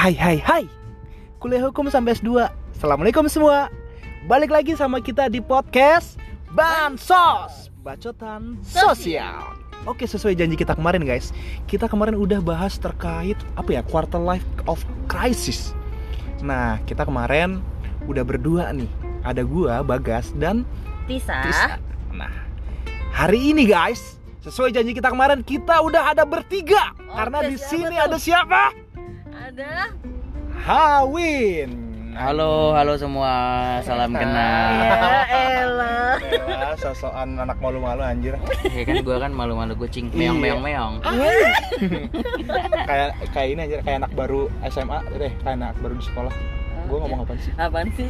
Hai. Kuliah hukum sampai S2. Assalamualaikum semua. Balik lagi sama kita di podcast Bansos, Bacotan Sosial. Oke, sesuai janji kita kemarin guys. Kita kemarin udah bahas terkait quarter life of crisis. Nah, kita kemarin udah berdua nih. Ada gua, Bagas, dan Tisa. Nah, hari ini guys, sesuai janji kita kemarin, kita udah ada bertiga. Karena di sini ada siapa? Ada Hawin. Halo semua, salam kenal. ya elah. Elah, sosokan anak malu-malu anjir. Ya kan gua kan malu-malu kucing, meong. Kayak ini anjir, kayak anak baru SMA deh, kayak anak baru di sekolah. Gua ngomong apaan sih?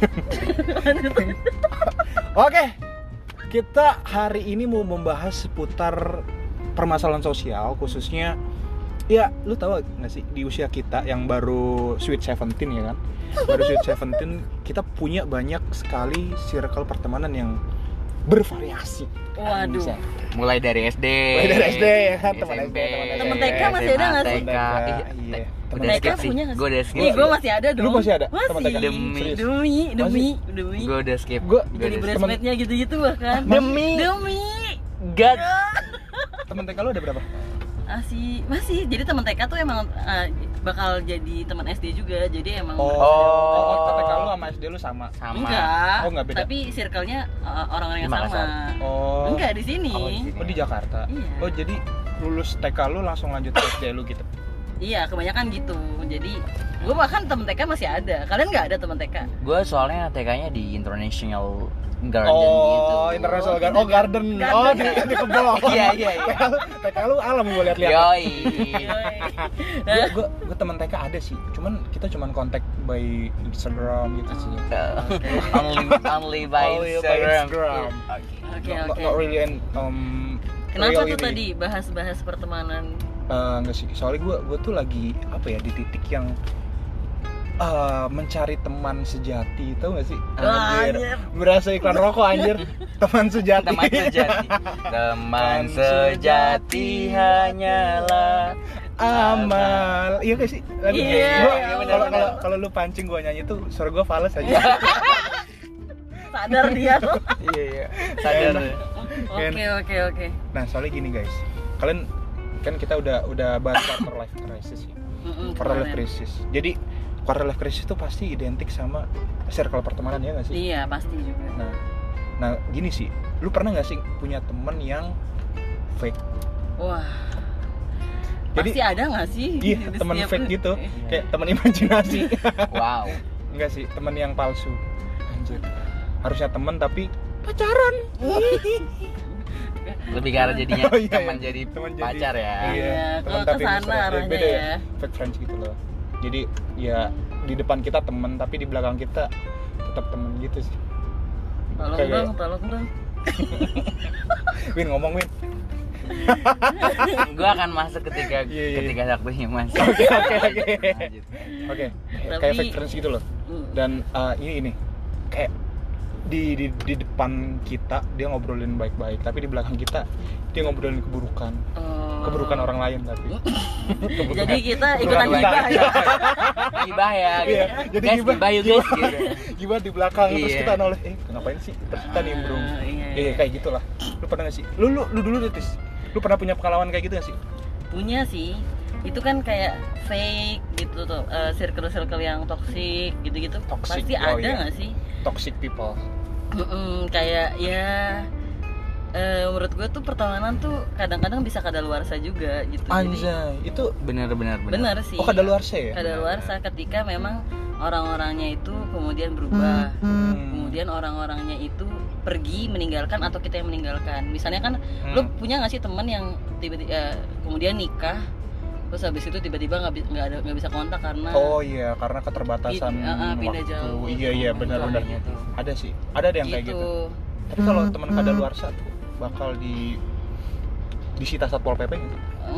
Oke. Kita hari ini mau membahas seputar permasalahan sosial, khususnya ya, lu tahu nggak sih di usia kita yang baru sweet 17 ya kan? Baru sweet 17 kita punya banyak sekali circle pertemanan yang bervariasi. Waduh. Mulai dari SD. Ya kan, teman SMP, SD, Temen TK masih ada nggak sih? TK. Iya. Udah TK skip sih. punya nggak sih? Gue udah skip. Ih, gue masih ada dong. Lu masih ada? Temen TK? Masih. Serius? Demi. Gue udah skip. Gua Jadi udah skip. bridesmaid-nya gitu-gitu bahkan. Demi. God. Temen TK lu ada berapa? Masih. Jadi teman TK tuh emang bakal jadi teman SD juga. Jadi emang TK lu sama SD lu sama? enggak. Oh, enggak beda. Tapi circle-nya orang-orang yang Di Makassar. sama. Oh. Enggak di sini. Oh, di Jakarta. Iya. Oh, jadi lulus TK lu langsung lanjut ke SD lu gitu. Iya, kebanyakan gitu. Jadi gue bahkan temen TK masih ada. Kalian nggak ada temen TK? Gue soalnya TK-nya di International Garden gitu. International Garden. Oh, garden. Oh, di kebun. Iya. TK lu alam gue lihat-lihat. Yoi. Gue temen TK ada sih. Kita cuman kontak by Instagram gitu sih. Only by Instagram. Oke. Not really Kenapa real tuh ini. tadi bahas-bahas pertemanan? Enggak sih. Soalnya gue tuh lagi di titik yang mencari teman sejati, tau gak sih? Anjir. Berasa iklan rokok anjir. Teman sejati. Teman sejati hanyalah amal. Iya gak sih? Iya. Kalau lu pancing gua nyanyi tuh suara gua fals aja. Sadar dia. Iya. sadar. Oke. Nah, soalnya gini guys. Kalian kan kita udah bahas quarter life crisis ya. Quarter life crisis. Jadi quarter life crisis itu pasti identik sama circle pertemanan, ya nggak sih? Iya, pasti juga. Nah gini sih, lu pernah nggak sih punya temen yang fake? Wah. Jadi, pasti ada nggak sih? Iya, Di temen setiap- fake gitu, kayak temen imajinasi. Wow. Enggak sih, temen yang palsu. Anjir. Harusnya temen tapi pacaran. Lebih ke arah jadinya Oh, iya, teman iya. jadi Teman jadi- pacar ya. Iya, temen ke tapi sana mesra. arahnya Beda ya. Fake friends gitu loh. Jadi ya di depan kita temen tapi di belakang kita tetap temen gitu sih. Tolong dong. Win ngomong Win. Gue akan masuk ketika Iya. waktunya mas. Oke. Lanjut. Oke. Tapi- Kayak fake friends gitu loh. Hmm. Dan ini kayak di depan kita dia ngobrolin baik-baik, tapi di belakang kita dia ngobrolin keburukan orang lain tapi. Jadi kita ikutan gibah ya. Gibah ya. Iya, jadi Guys, gibah. gibah yuk guys. Gitu. Gimana di belakang terus Iya. kita noleh, ngapain sih? Terus kita nimbrung. Iya. Kayak gitulah. Lu pernah nggak sih? Lu dulu deh Tis. Lu pernah punya pengalaman kayak gitu nggak sih? Punya sih. Itu kan kayak fake gitu tuh, circle-circle yang toxic gitu-gitu. Toxic, Pasti oh ada iya. nggak sih? Toxic people. Kayak ya menurut gue tuh pertemanan tuh kadang-kadang bisa kadaluarsa juga gitu. Anjay, itu Bener. Bener sih. oh kadaluarsa ya? Kadaluarsa ketika memang orang-orangnya itu kemudian berubah, kemudian orang-orangnya itu pergi meninggalkan atau kita yang meninggalkan. Misalnya kan lu punya nggak sih teman yang tiba-tiba kemudian nikah, terus habis itu tiba-tiba nggak bisa kontak karena Oh iya, karena keterbatasan pindah waktu. jauh. Iya benar. Ada sih, ada yang kayak gitu. Tapi kalau teman kadaluarsa tuh bakal disita Satpol PP gitu.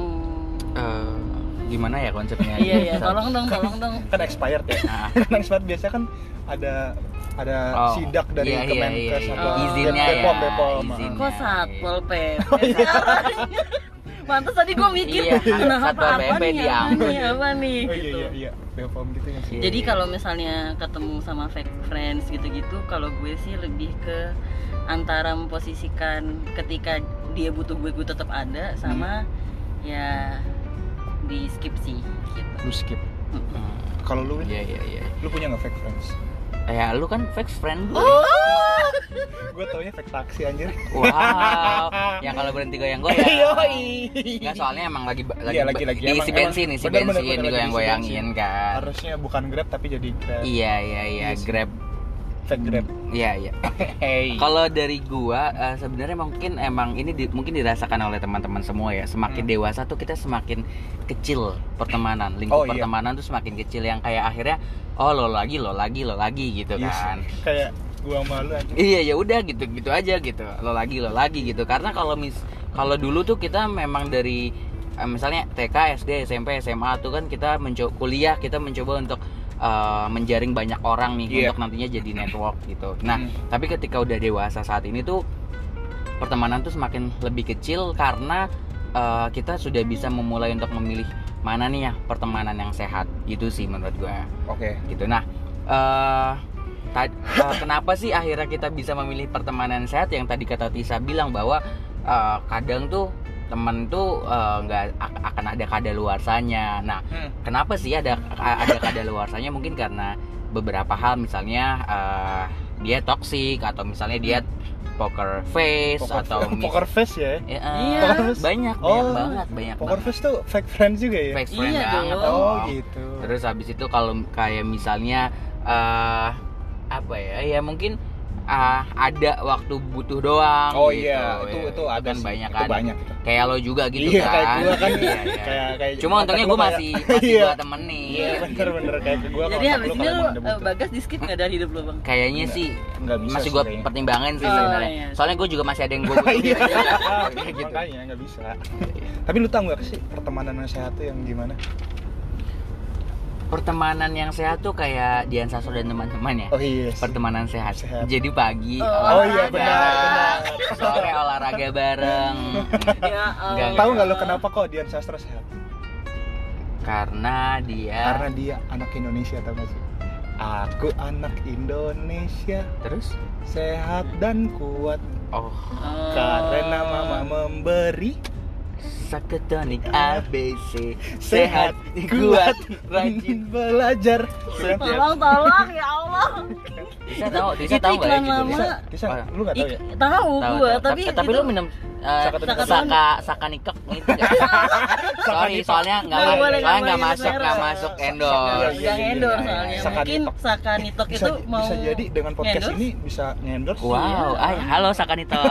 Gimana ya konsepnya? Iya, tolong dong. Kan expired ya. Kan expired biasanya kan ada sidak dari Kemenkes iya. atau Izinnya Bepom. Izin. Kok Satpol PP? Pantas tadi gue mikir Iya, kenapa satu apa BMP nih diambil. apa nih Oh gitu. iya BPOM gitu ya sih. Jadi Iya. kalau misalnya ketemu sama fake friends gitu-gitu, kalau gue sih lebih ke antara memposisikan ketika dia butuh gue tetap ada, sama ya di skip sih gitu. Lu skip. Mm-mm. Kalau lu, Iya. lu punya nggak fake friends? Ya lu kan fake friend gue. Gue taunya fake taksi anjir. Wow, yang kalau berhenti goyang-goyang. Yoi. Nggak, soalnya emang lagi Iya, lagi. diisi Emang- bensin, isi bener, bensin, lagi digoyang-goyangin diisi kan. Harusnya bukan Grab tapi jadi Grab. Iya, Iya sih. Grab. Fake Grab. Iya. Hey. Kalau dari gua sebenarnya mungkin emang ini mungkin dirasakan oleh teman-teman semua ya. Semakin dewasa tuh kita semakin kecil pertemanan, lingkup Oh, iya. pertemanan tuh semakin kecil yang kayak akhirnya lo lagi gitu Iya kan. sih. Kayak gua malu anjir. Iya ya udah gitu aja gitu. Lo lagi gitu. Karena kalau dulu tuh kita memang dari misalnya TK, SD, SMP, SMA tuh kan kita kuliah kita mencoba untuk menjaring banyak orang nih Iya. untuk nantinya jadi network gitu. Nah, Hmm. tapi ketika udah dewasa saat ini tuh pertemanan tuh semakin lebih kecil karena kita sudah bisa memulai untuk memilih mana nih ya pertemanan yang sehat. Itu sih menurut gue Oke. gitu. Nah, kenapa sih akhirnya kita bisa memilih pertemanan sehat? Yang tadi kata Tisa bilang bahwa kadang tuh temen tuh nggak akan ada kadaluarsanya. Nah, kenapa sih ada kadaluarsanya? Mungkin karena beberapa hal, misalnya dia toxic atau misalnya dia poker face atau Poker face ya. Iya. Poker face. banyak Oh, banget Poker face tuh fake friends juga ya. fake friend Iya banget dong. Oh dong. gitu. Terus habis itu kalau kayak misalnya apa ya mungkin ada waktu butuh doang Oh gitu. iya, itu ada kan sih. banyak Itu kan. banyak itu. Kayak lo juga gitu Iya, kan. kayak gua kan. Iya. Kayak Cuma untungnya gue masih Iya. gua temenin. Iya bener kayak ke gua. Jadi kalau habis lu ini kalau lu emang ada butuh. Bagas di skip nggak dari hidup lu bang? Kayaknya sih Nggak bisa masih sih gue kayaknya. pertimbangkan sih Oh, sebenarnya. iya. Soalnya gue juga masih ada yang gue butuhin Iya. juga. Kayak gitu. Makanya nggak bisa. Tapi lu tahu nggak sih pertemanan yang sehat tuh yang gimana? Pertemanan yang sehat tuh kayak Dian Sastro dan teman-teman ya. Oh iya. sih. Pertemanan sehat. Sehat. Jadi pagi Oh, iya, olahraga, benar. sore olahraga bareng. Ya, Nggak, Tahu nggak lu kenapa kok Dian Sastro sehat? Karena Karena dia dia anak Indonesia, tau gak sih? Aku anak Indonesia, terus sehat dan kuat karena mama memberi Saketonik ABC, sehat, kuat, rajin. belajar. Tolong ya Allah. Bisa tahu Itu nggak ya iklan gitu? lama. Bisa, lu nggak tahu ya? Tahu gua, tapi lu minum Sakatonik. saka nikek gitu nggak? Sorry, soalnya nggak boleh masuk merek. endorse. Iya, Nggak iya, endorse iya. soalnya. Sakanitok. Mungkin Sakanitok itu mau bisa jadi dengan podcast endorse? ini bisa ngendorse. Wow, halo Sakanitok.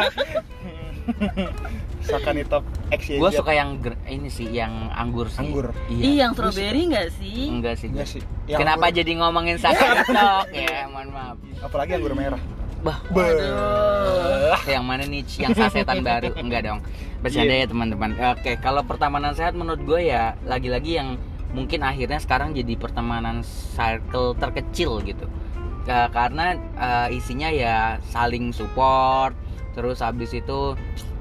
Sakanitok X ya. Gue suka yang ini sih, yang anggur sih. Anggur. Ih, yang strawberry nggak sih? Enggak sih. Iya sih. Yang Kenapa anggur- jadi ngomongin Sakanitok ya? Mohon maaf. Apalagi anggur merah. Bah, Aduh. yang mana nih yang sasetan baru? Enggak dong. Bercanda ya teman-teman. Oke, kalau pertemanan sehat menurut gue ya lagi-lagi yang mungkin akhirnya sekarang jadi pertemanan circle terkecil gitu. Karena isinya ya saling support, terus habis itu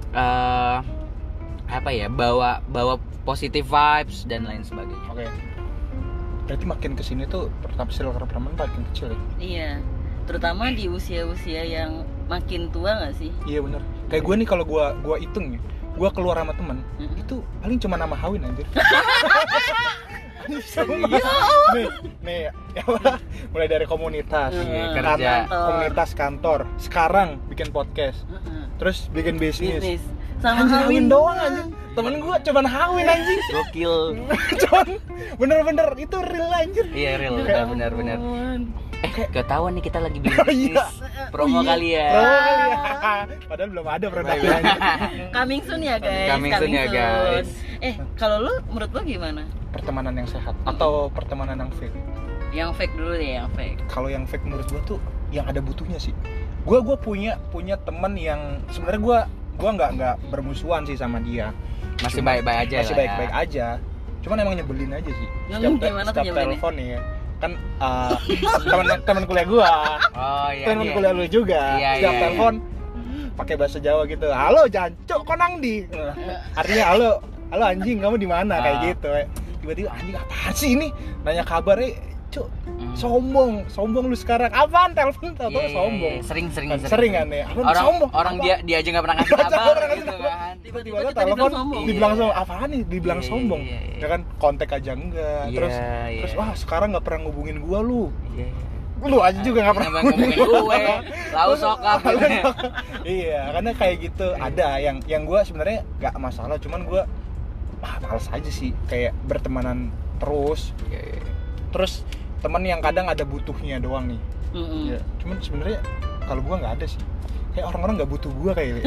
apa ya, bawa positive vibes dan lain sebagainya. Oke. Berarti makin kesini tuh pertemanan makin kecil ya? Iya. Terutama di usia-usia yang makin tua nggak sih? Iya bener. Kayak gue nih, kalau gue hitung nih, gue keluar sama temen itu paling cuma nama Hawin anjir. nih apa? Mulai dari komunitas, kerja. komunitas kantor, sekarang bikin podcast, terus bikin bisnis. Sama Anjir, Hawin Hawin doang anjir. Temen gue cuman Hawin anjir. Gokil. Cuman bener-bener itu real anjir. Iya real, benar-benar. Ketahuan nih kita lagi bikin Oh, iya. bisnis. Promo kali ya. Promo kali ya. Padahal belum ada produknya anjir. Coming soon ya guys. Coming soon ya, guys. Kalau lu menurut lu gimana? Pertemanan yang sehat atau pertemanan yang fake? Yang fake dulu deh, yang fake. Kalau yang fake menurut gue tuh yang ada butuhnya sih. Gue punya teman yang sebenarnya gue nggak bermusuhan sih sama dia. Masih baik-baik aja. Masih lah baik-baik ya. aja. Cuman emang nyebelin aja sih. Yang gimana tuh setiap nyebelinnya? telepon nih ya. Kan teman kuliah gue, Oh iya. teman iya. kuliah lu juga. Iya, Setiap iya, telepon, pakai bahasa Jawa gitu. Halo jancuk, konang di. Artinya halo anjing, kamu di mana kayak gitu. Tiba-tiba anjing apaan sih ini? Nanya kabar, cuk. Sombong lu sekarang. Apaan telepon tahu sombong. Sering kan ya. Orang dia aja nggak pernah ngasih kabar gitu kan. Tiba-tiba telepon dibilang sombong. Apaan nih? Dibilang sombong. Ya kan kontak aja enggak. Terus wah sekarang nggak pernah ngubungin gua lu. Lu aja juga nggak pernah ngomongin gue, lau sokap. Iya, karena kayak gitu. Ada yang gue sebenarnya nggak masalah, cuman gue males aja sih kayak bertemanan terus. Terus teman yang kadang ada butuhnya doang nih. Ya, cuman sebenarnya kalau gue nggak ada sih. Kayak orang-orang nggak butuh gue kayaknya.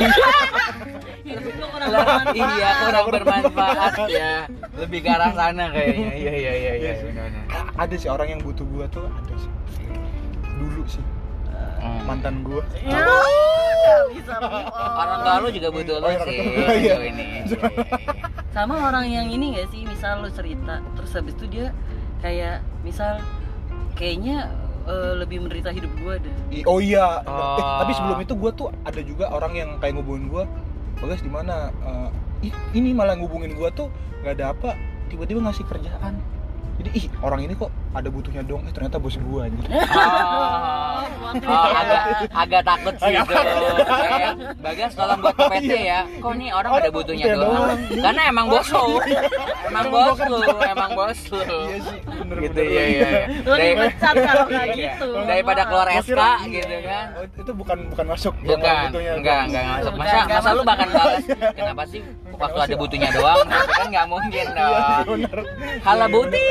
Iya, kurang bermanfaat ya. Lebih ke arah sana kayaknya. Iya. Ada sih orang yang butuh gue tuh ada sih. Dulu sih mantan gue. Ya, nggak bisa. Orang tua lu juga butuh lu sih. Iya. Ini. Sama orang yang ini nggak sih, misal lu cerita, terus habis itu dia kayak misal kayaknya lebih menderita hidup gue deh. Oh iya. Tapi sebelum itu gue tuh ada juga orang yang kayak ngubungin gue, Bagas di mana? Ini malah ngubungin gue tuh nggak ada apa, tiba-tiba ngasih kerjaan. Jadi orang ini kok ada butuhnya dong, ternyata bos gue anjir. Agak takut sih itu. Bagas tolong buat PT ya. Kok nih orang ada butuhnya doang. Karena emang bos lu. Emang bos lu. Iya sih, bener. Gitu iya. Lu dipecat kalau kayak gitu. Daripada keluar SK gitu kan. Itu bukan masuk. Enggak masuk. Masa lu bahkan balas. Kenapa sih waktu ada butuhnya doang? Itu kan enggak mungkin dong. Halo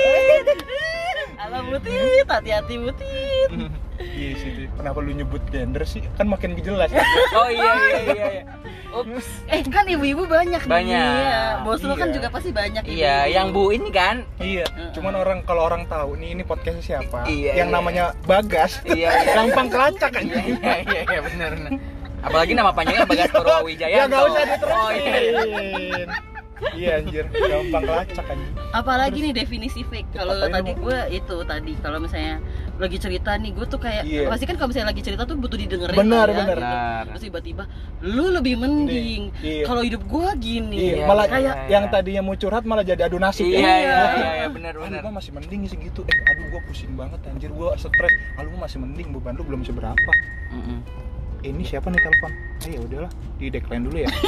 Butit, hati-hati Butit. Iya sih, kenapa lu nyebut gender sih? Kan makin jelas. Oh iya. Ups. Kan ibu-ibu banyak. Iya. Bos lu kan juga pasti banyak. Iya, yang Bu ini kan. Iya. Cuman kalau orang tahu nih ini podcastnya siapa? Iya, yang namanya Bagas. Iya. Gampang kelacak kan? Iya benar. Apalagi nama panjangnya Bagas Purwawijaya. Ya enggak usah diterusin. Oh iya. Iya anjir, gampang kelacak anjir. Apalagi nih definisi fake. Kalau tadi gue kalau misalnya lagi cerita nih, gue tuh kayak pasti kan kalau misalnya lagi cerita tuh butuh didengerin. Benar. Gitu. Terus tiba-tiba lu lebih mending. Kalau hidup gue gini. Malah kayak yang tadinya mau curhat malah jadi adu nasib. Iya, benar. Gue masih mending sih gitu. Aduh gue pusing banget anjir, gue stres. Lu masih mending, beban lu belum seberapa. Ini siapa nih telepon? Ya udahlah, di decline dulu ya.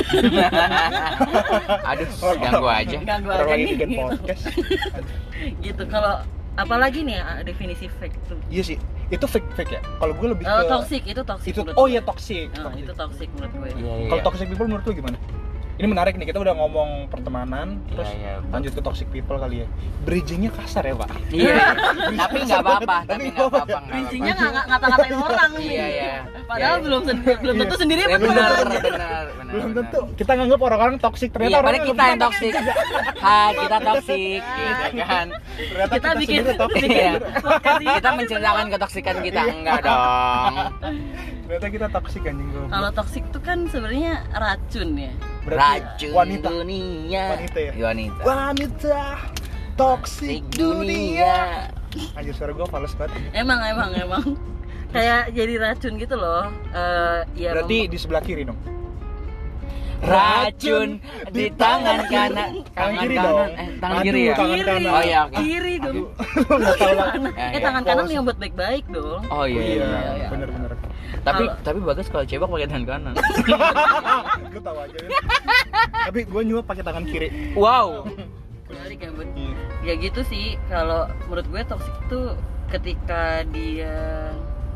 Aduh, ganggu aja lagi nih bikin podcast. Gitu. Kalau apalagi nih definisi fake tuh. Iya sih, itu fake ya. Kalau gue lebih ke toxic. Itu toxic. Itu toxic menurut gue. Kalau toxic people menurut lu gimana? Ini menarik nih, kita udah ngomong pertemanan, terus lanjut ke toxic people kali ya. Bridgingnya kasar ya, Pak? Iya. Tapi nggak apa-apa. Bridgingnya nggak ngata-ngatain orang nih. Iya. Padahal belum tentu sendiri benar. Belum tentu. Kita nganggap orang-orang toxic, ternyata orang kita yang toxic. Kita toxic, gitu kan? Ternyata kita bikin toxic. Kita menceritakan ketoksikan kita, enggak dong. Ternyata kita toxic anjing gue. Kalau toxic itu kan sebenarnya racun ya. Racun wanita. Dunia. Wanita. Toxic dunia. Anjir, suara gue fals banget. Emang. Kayak jadi racun gitu loh. Berarti di sebelah kiri dong. Racun di tangan kanan. Tangan kiri dong. Tangan kiri ya. Tangan kanan. Oh iya. Kiri dong. Enggak tahu lah. Tangan kanan yang buat baik-baik dong. Oh iya. Bener. Tapi Bagas kalau cebok pakai tangan kanan. Lu tahu aja ya. Tapi gue nyuap pakai tangan kiri. Wow. Balik ya, Bun. Ya gitu sih. Kalau menurut gue toxic itu ketika dia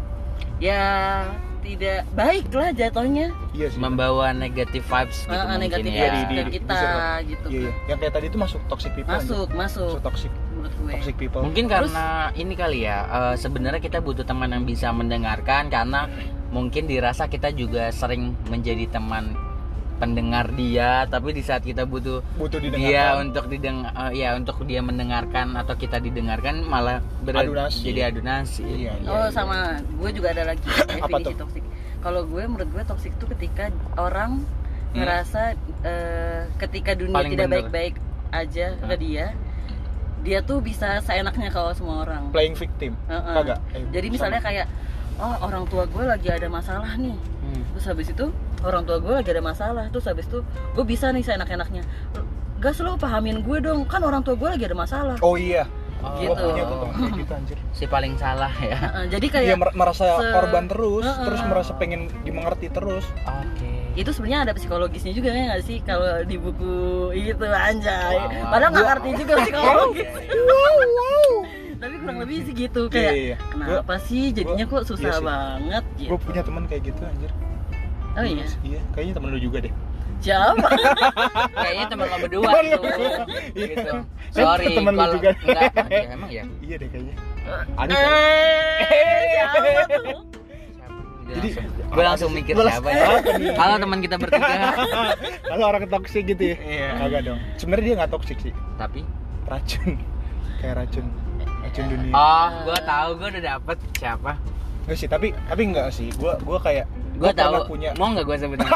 tidak baik lah jatuhnya. Iya sih. Membawa negative vibes gitu negatif mungkin ya. ke kita gitu. Iya. Yang kayak tadi itu masuk toxic people. Masuk toxic. Menurut gue. Toxic people. Mungkin karena ini kali ya. Sebenarnya kita butuh teman yang bisa mendengarkan, karena mungkin dirasa kita juga sering menjadi teman pendengar dia, tapi di saat kita butuh dia untuk untuk dia mendengarkan atau kita didengarkan malah jadi adu nasib. Iya. Sama gue juga ada lagi definisi toksik. Kalau menurut gue toksik itu ketika orang ngerasa ketika dunia paling tidak baik-baik aja ke dia tuh bisa seenaknya kalau semua orang. Playing victim. Kagak. Jadi misalnya kayak orang tua gue lagi ada masalah nih. Terus habis itu orang tua gue lagi ada masalah, terus habis itu gue bisa nih seenak-enaknya, gas lo pahamin gue dong, kan orang tua gue lagi ada masalah. Oh iya. Gitu. Gua punya tuh teman kayak gitu anjir. Si paling salah ya. Jadi kayak Dia merasa korban terus merasa pengen dimengerti terus. Oke. itu sebenarnya ada psikologisnya juga ya nggak sih kalau di buku itu anjay. Wow. Padahal nggak ngerti juga psikologis. Tapi kurang lebih sih gitu kayak Iya. kenapa sih jadinya kok susah iya sih. banget gitu. Gue punya teman kayak gitu anjir. Oh iya. Iya, kayaknya temen lu juga deh. Siapa? Kayaknya teman lo berdua Temen tuh. lu. Gitu. Kan Sorry temen lu kalau juga. enggak ya, emang ya. Iya deh kayaknya. Ada kan? Siapa tuh? Jadi Gue langsung mikir Gua siapa langsung- ya. apa nih? Halo teman kita bertiga. Kalau orang toksik gitu ya? Iya. Agak dong. Sebenarnya dia nggak toksik sih, Tapi racun. Kayak racun dunia. oh, gue tahu, gue udah dapet siapa. Enggak sih, tapi enggak sih. Gua kayak Gue pernah tahu. punya. Mau nggak gue sebutin?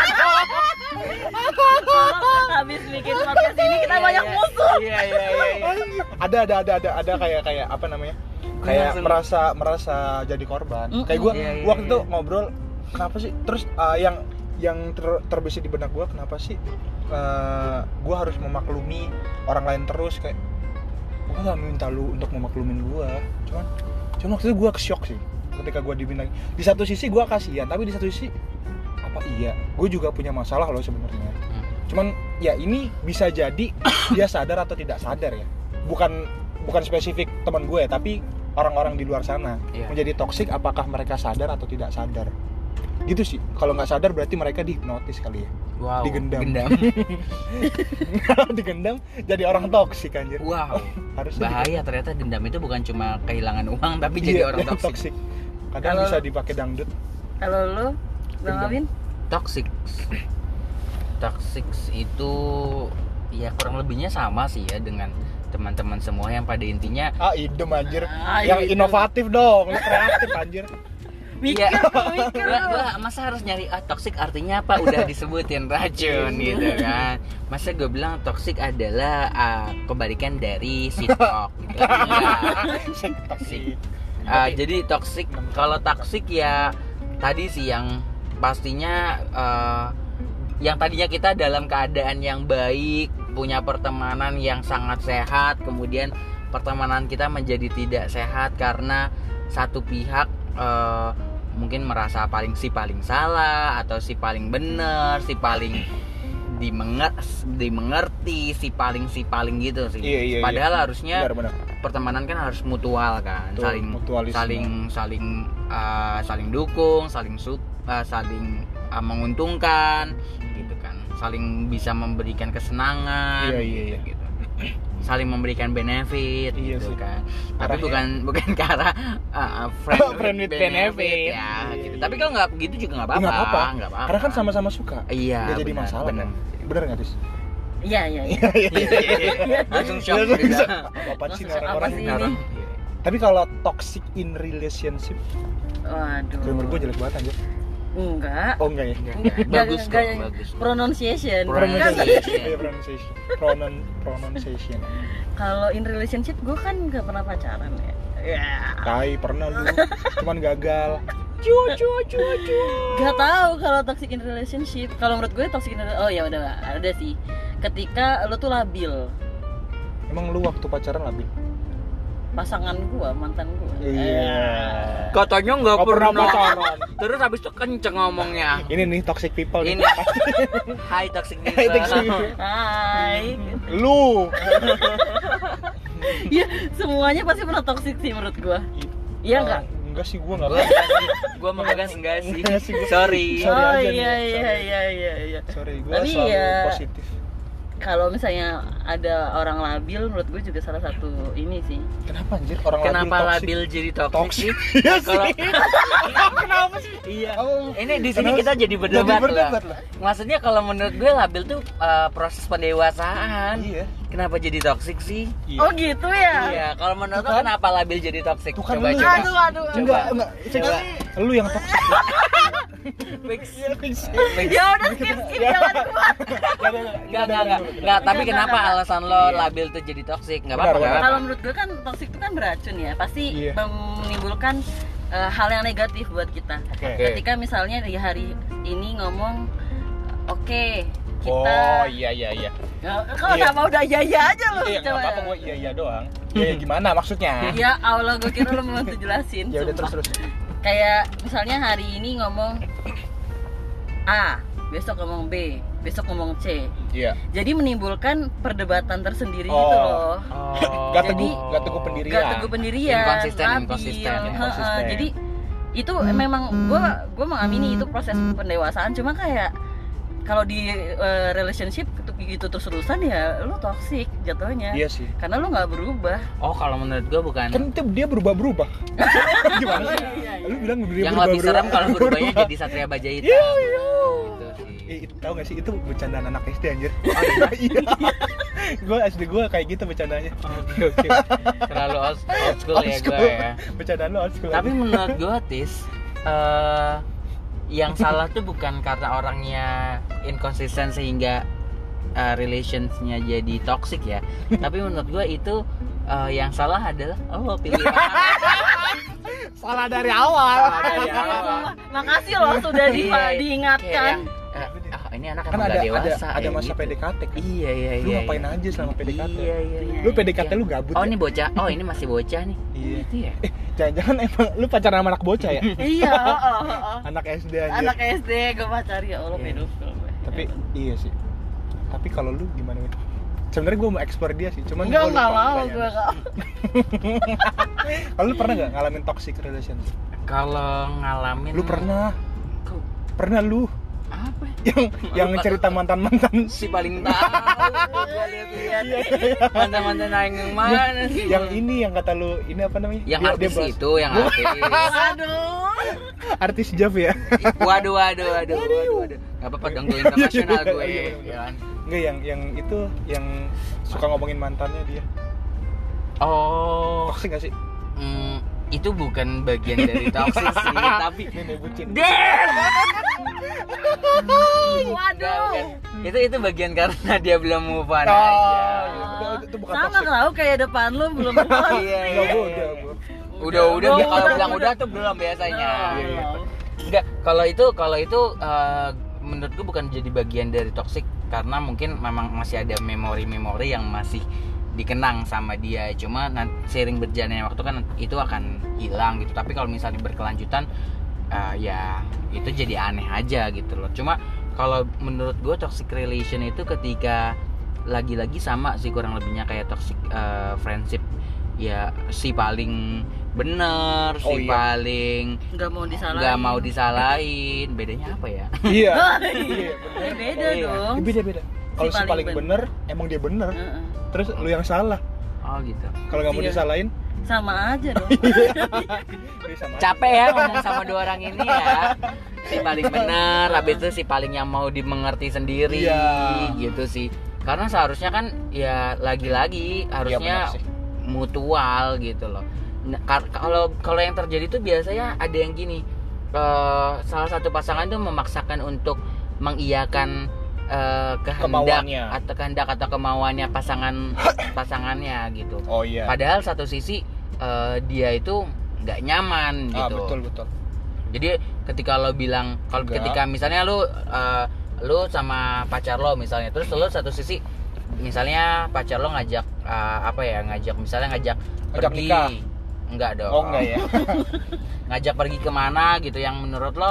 Habis bikin podcast ini kita banyak musuh. Iya. Ada kayak apa namanya? Kayak langsung- merasa jadi korban. Kayak gue Iya, waktu iya. itu ngobrol, kenapa sih? Terus yang terbesit di benak gue, kenapa sih gue harus memaklumi orang lain terus? Kayak gue gak minta lu untuk memaklumin gue, cuman waktu itu gue shock sih ketika gue dibilang. Di satu sisi gue kasihan, tapi di satu sisi apa iya gue juga punya masalah loh sebenarnya. Cuman ya ini bisa jadi dia sadar atau tidak sadar ya, bukan spesifik teman gue ya, tapi orang-orang di luar sana menjadi toksik, apakah mereka sadar atau tidak sadar gitu sih. Kalau nggak sadar berarti mereka dihipnotis kali ya. Wow. Digendam. Gendam. Digendam jadi orang toksik anjir. Wow. Harusnya Bahaya ternyata dendam itu bukan cuma kehilangan uang tapi jadi orang toksik. Kadang Kalau- bisa dipakai dangdut. Kalau lu, Bang Gendam. Alvin? Toxic itu ya kurang lebihnya sama sih ya dengan teman-teman semua yang pada intinya Idem anjir. Ah, Yang idem. inovatif dong, lu kreatif anjir. Mikir, Iya. mikir. Gua masa harus nyari toxic artinya apa, udah disebutin racun gitu kan. Masa gue bilang toxic adalah kebalikan dari sitok gitu. Toxic. Jadi toxic, kalau toxic ya tadi sih yang pastinya yang tadinya kita dalam keadaan yang baik, punya pertemanan yang sangat sehat, kemudian pertemanan kita menjadi tidak sehat karena satu pihak mungkin merasa paling salah atau si paling benar, si paling dimengerti, si paling gitu sih. Iya. Padahal harusnya Benar. pertemanan kan harus mutual kan, Betul, mutualisme. saling dukung, saling menguntungkan gitu kan, saling bisa memberikan kesenangan. Iya. Gitu. Saling memberikan benefit Iya gitu sih. kan. Tapi Arahnya. bukan ke arah Friend with benefit. ya Iya, gitu. iya. Tapi kalau nggak begitu juga nggak apa-apa. Nggak apa-apa. Nggak apa-apa. Karena kan sama-sama suka. Iya. Nggak jadi benar, masalah benar. kan? Bener nggak Tis? Iya. Langsung shock Langsung gitu. bisa. Apa sih Langsung shock, orang-orang apa sih ini? ini? Tapi kalau toxic in relationship, Waduh. grammar gue jelek banget anjir. Enggak. Oh enggak ya? Bagus kok, Enggak, bagus. Pronunciation. Pronunciation. Iya, pronunciation. Kalau in relationship gue kan nggak pernah pacaran ya. Ya. Tai pernah lu, cuman gagal. Gak tahu kalau toxic in relationship. Kalau menurut gue toxic in oh ya udah ada sih. Ketika lo tuh labil, Emang lu waktu pacaran labil? pasangan gue, mantan gue. Iya. Katanya nggak Nggak pernah pernah. pacaran. Terus habis itu kenceng ngomongnya. Ini nih toxic people nih. Ini. Hai toxic Hai, toxic people. people. Hai. Lu. Ya semuanya pasti pernah toxic sih menurut gue. Iya nggak? Enggak sih, gua enggak. Gua mau pegang enggak sih. Enggak sih, gua. Sorry. Sorry Oh aja nih, iya sorry. iya. Sorry, gua Tapi selalu ya- positif. Kalau misalnya ada orang labil, menurut gue juga salah satu ini sih. Kenapa anjir orang Kenapa toxic? labil jadi toxic? Toxic. Iya Kalau sih. Kenapa sih? iya. Oh, Ini di sini kenapa kita sih? jadi berdebat berdebat lah. Maksudnya kalau menurut gue labil tuh proses pendewasaan. Iya. Kenapa jadi toxic sih? Iya. Oh gitu ya? Iya, kalau menurut Tuh lo kan. kenapa labil jadi toxic? Tuh kan Coba lu. coba. Aduh. Enggak. Coba. Lu yang toxic. Fix. Ya udah skip jangan gua. Enggak, tapi Enggak, kenapa enggak. alasan lo Iya. labil tuh jadi toxic? Enggak Benar, apa-apa. benar. nggak Kalau apa-apa. menurut gue kan toxic itu kan beracun ya, pasti Iya. menimbulkan hal yang negatif buat kita. Oke. Oke. Ketika misalnya di hari ini ngomong oke, kita Oh iya. kok udah iya aja lu. Iya nggak apa-apa, gue iya doang. Ya gimana maksudnya? Ya Allah, gue kira lu mau jelasin. Ya udah sumpah. terus. Kayak misalnya hari ini ngomong A, besok ngomong B, besok ngomong C. Iya. Jadi menimbulkan perdebatan tersendiri Oh. gitu loh. Gak Jadi, teguh pendirian. Gak teguh pendirian, Inkonsisten. Heeh, jadi itu memang gue mengamini itu proses pendewasaan. Cuma kayak kalau di relationship gitu terus-terusan ya lu toxic jatuhnya. Iya sih. Karena lu nggak berubah. Oh, kalau menurut gue bukan. Kan itu dia berubah. Gimana sih? Lu bilang dia Yang berubah. lebih serem kalau berubahnya jadi Satria Baja Hitam. Iya. Gitu sih. Itu tahu gak sih itu bercandaan anak SD anjir. Oh iya. Iya. Gue SD gue kayak gitu bercandanya. Oke. Terlalu old school ya gue ya. Bercandaan lo old school. Tapi menurut gue Tis, yang salah tuh bukan karena orangnya inkonsisten sehingga relationsnya jadi toxic ya. Tapi menurut gue itu yang salah adalah lo pilih salah dari awal. Makasih loh sudah diingatkan. Ini anak Kan emang ada gak dewasa ada ya, masa gitu. PDKT kan. Iya. Lu ngapain aja selama PDKT? Iya. Lu PDKT lu gabut. Oh ya? ini bocah. Oh ini masih bocah nih. Iya. Gitu ya. Jangan-jangan emang lu pacaran sama anak bocah ya? Iya. Anak SD anjir. Anak SD gue pacar ya Allah pedofil. Tapi iya sih. Tapi kalau lu gimana Win? Sebenarnya gue mau explore dia sih, cuman Enggak gua lupa mau pertanyaannya. gue kok. Kalau lu pernah nggak ngalamin toxic relationship? Kalau ngalamin. Lu pernah? Kok Pernah lu? apa? Yang cerita mantan-mantan Si paling tahu. Gua lihat mantan-mantan yang mana sih? yang ini yang kata lu ini apa namanya? Yang Dia artis bahas- itu, yang artis. Aduh. artis Jav ya? Waduh. Gak apa-apa dong, gue internasional gue. Iya, bener. Ya kan? Enggak yang itu yang suka ngomongin mantannya dia. Oh, Toxic gak sih? itu bukan bagian dari toxic sih, tapi Ini bucin. Waduh. Itu bagian karena dia belum move on Oh, aja. iya. Itu bukan Sama toxic. kalau kayak depan lu belum pernah. Iya. Enggak udah gua. Udah kalau Udah. bilang udah tuh belum biasanya. Iya. Enggak, kalau itu menurut gue bukan jadi bagian dari toxic karena mungkin memang masih ada memori-memori yang masih dikenang sama dia. Cuma seiring berjalannya waktu kan itu akan hilang gitu. Tapi kalau misalnya berkelanjutan ya itu jadi aneh aja gitu loh. Cuma kalau menurut gue toxic relation itu ketika lagi-lagi sama sih kurang lebihnya kayak toxic friendship. Ya si paling bener, Oh, si iya. paling Nggak mau disalahin. bedanya apa ya? Iya. Beda Iya. dong. Beda. Kalau si paling bener, emang dia bener. Heeh. Terus lu yang salah. Oh gitu. Kalau nggak mau Iya. disalahin, Sama aja dong. dia sama. Capek ya ngomong sama dua orang ini ya. Si paling benar, habis itu si paling yang mau dimengerti sendiri. Iya. Gitu sih. Karena seharusnya kan ya lagi-lagi harusnya benar sih. mutual gitu loh. Nah, kalau yang terjadi tuh biasanya ada yang gini. Salah satu pasangan tuh memaksakan untuk mengiyakan Kemauannya. kehendak atau kemauannya pasangannya gitu. Oh iya. Padahal satu sisi dia itu nggak nyaman gitu. Betul. Jadi ketika lo bilang ketika misalnya lu sama pacar lo misalnya, terus lo satu sisi misalnya pacar lo ngajak ngajak pergi, nikah. enggak dong. Oh enggak ya. Ngajak pergi kemana gitu yang menurut lo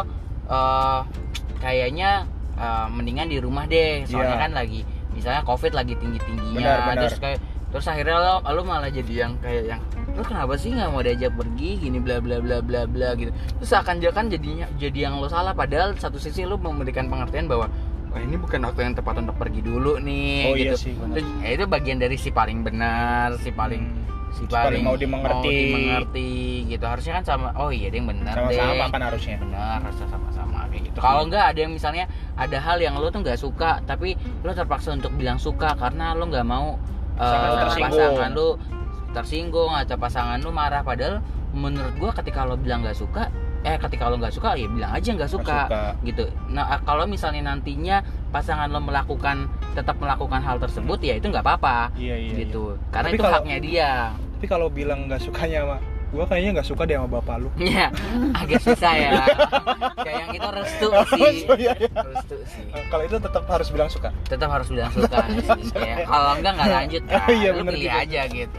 kayaknya mendingan di rumah deh, soalnya Iya. kan lagi misalnya COVID lagi tingginya, Benar. terus akhirnya lo malah jadi yang kayak yang lo kenapa sih nggak mau diajak pergi gini bla bla bla bla bla gitu, terus akan jadi yang lo salah, padahal satu sisi lo memberikan pengertian bahwa wah ini bukan waktu yang tepat untuk pergi dulu nih Oh, iya gitu. sih, benar. Terus, ya itu bagian dari si paling benar, si paling mau dimengerti. gitu. Harusnya kan sama, oh iya dia yang benar deh, Sama-sama kan harusnya. benar, harusnya sama-sama kayak gitu. Kalau enggak ada yang misalnya ada hal yang lo tuh nggak suka tapi lo terpaksa untuk bilang suka karena lo nggak mau pasangan lo tersinggung atau pasangan lo marah, padahal menurut gua ketika lo bilang nggak suka ketika lo nggak suka ya bilang aja nggak suka gitu. Nah kalau misalnya nantinya pasangan lo tetap melakukan hal tersebut ya itu nggak apa-apa. Iya. Gitu karena Tapi itu haknya dia. Tapi kalau bilang nggak sukanya Gue kayaknya nggak suka deh sama bapak lu. Iya, agak susah ya. Kayak yang itu restu sih. Restu sih. Kalau itu tetap harus bilang suka. Tetap harus bilang suka sih. Kayak kalau enggak lanjut kan. Iya, Lu bener pilih juga. aja gitu.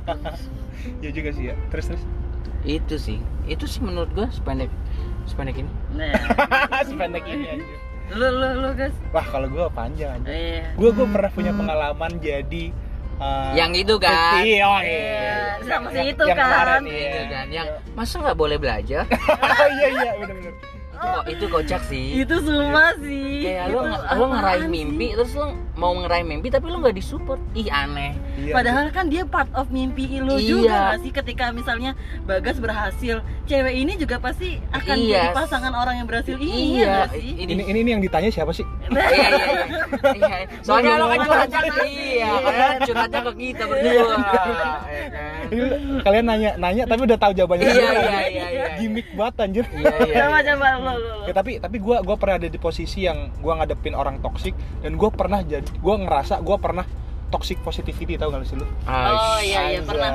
Ya juga sih ya. Terus. Itu sih menurut gua sependek ini. Nah, Sependek ini aja. lu guys. Wah kalau gue panjang aja. Iya. Gue pernah punya pengalaman jadi Yang itu kan. Iya. Sama si itu Yang kan. kemarin, Itu iya. kan yang masa nggak boleh belajar? Iya benar-benar. Itu kocak sih. Itu semua sih. Kayak Itu lu ngeraih apaan mimpi sih? terus lu mau ngeraih mimpi tapi lu nggak disupport. Ih aneh. Iya, Padahal kan dia part of mimpi lu Iya. juga nggak sih, ketika misalnya Bagas berhasil, cewek ini juga pasti akan Iya. jadi pasangan orang yang berhasil ini Iya. nggak sih? ini yang ditanya siapa sih? Iya. Soalnya lo kan curhatnya ke iya, kalian curhatnya ke kita berdua. Ya kan? Ini kalian nanya tapi udah tahu jawabannya. Iya. Gimik banget anjir. Iya. Coba lo. Ya, tapi gue pernah ada di posisi yang gue ngadepin orang toksik dan gue ngerasa gue pernah toxic positivity, tahu nggak sih lu? Oh iya pernah.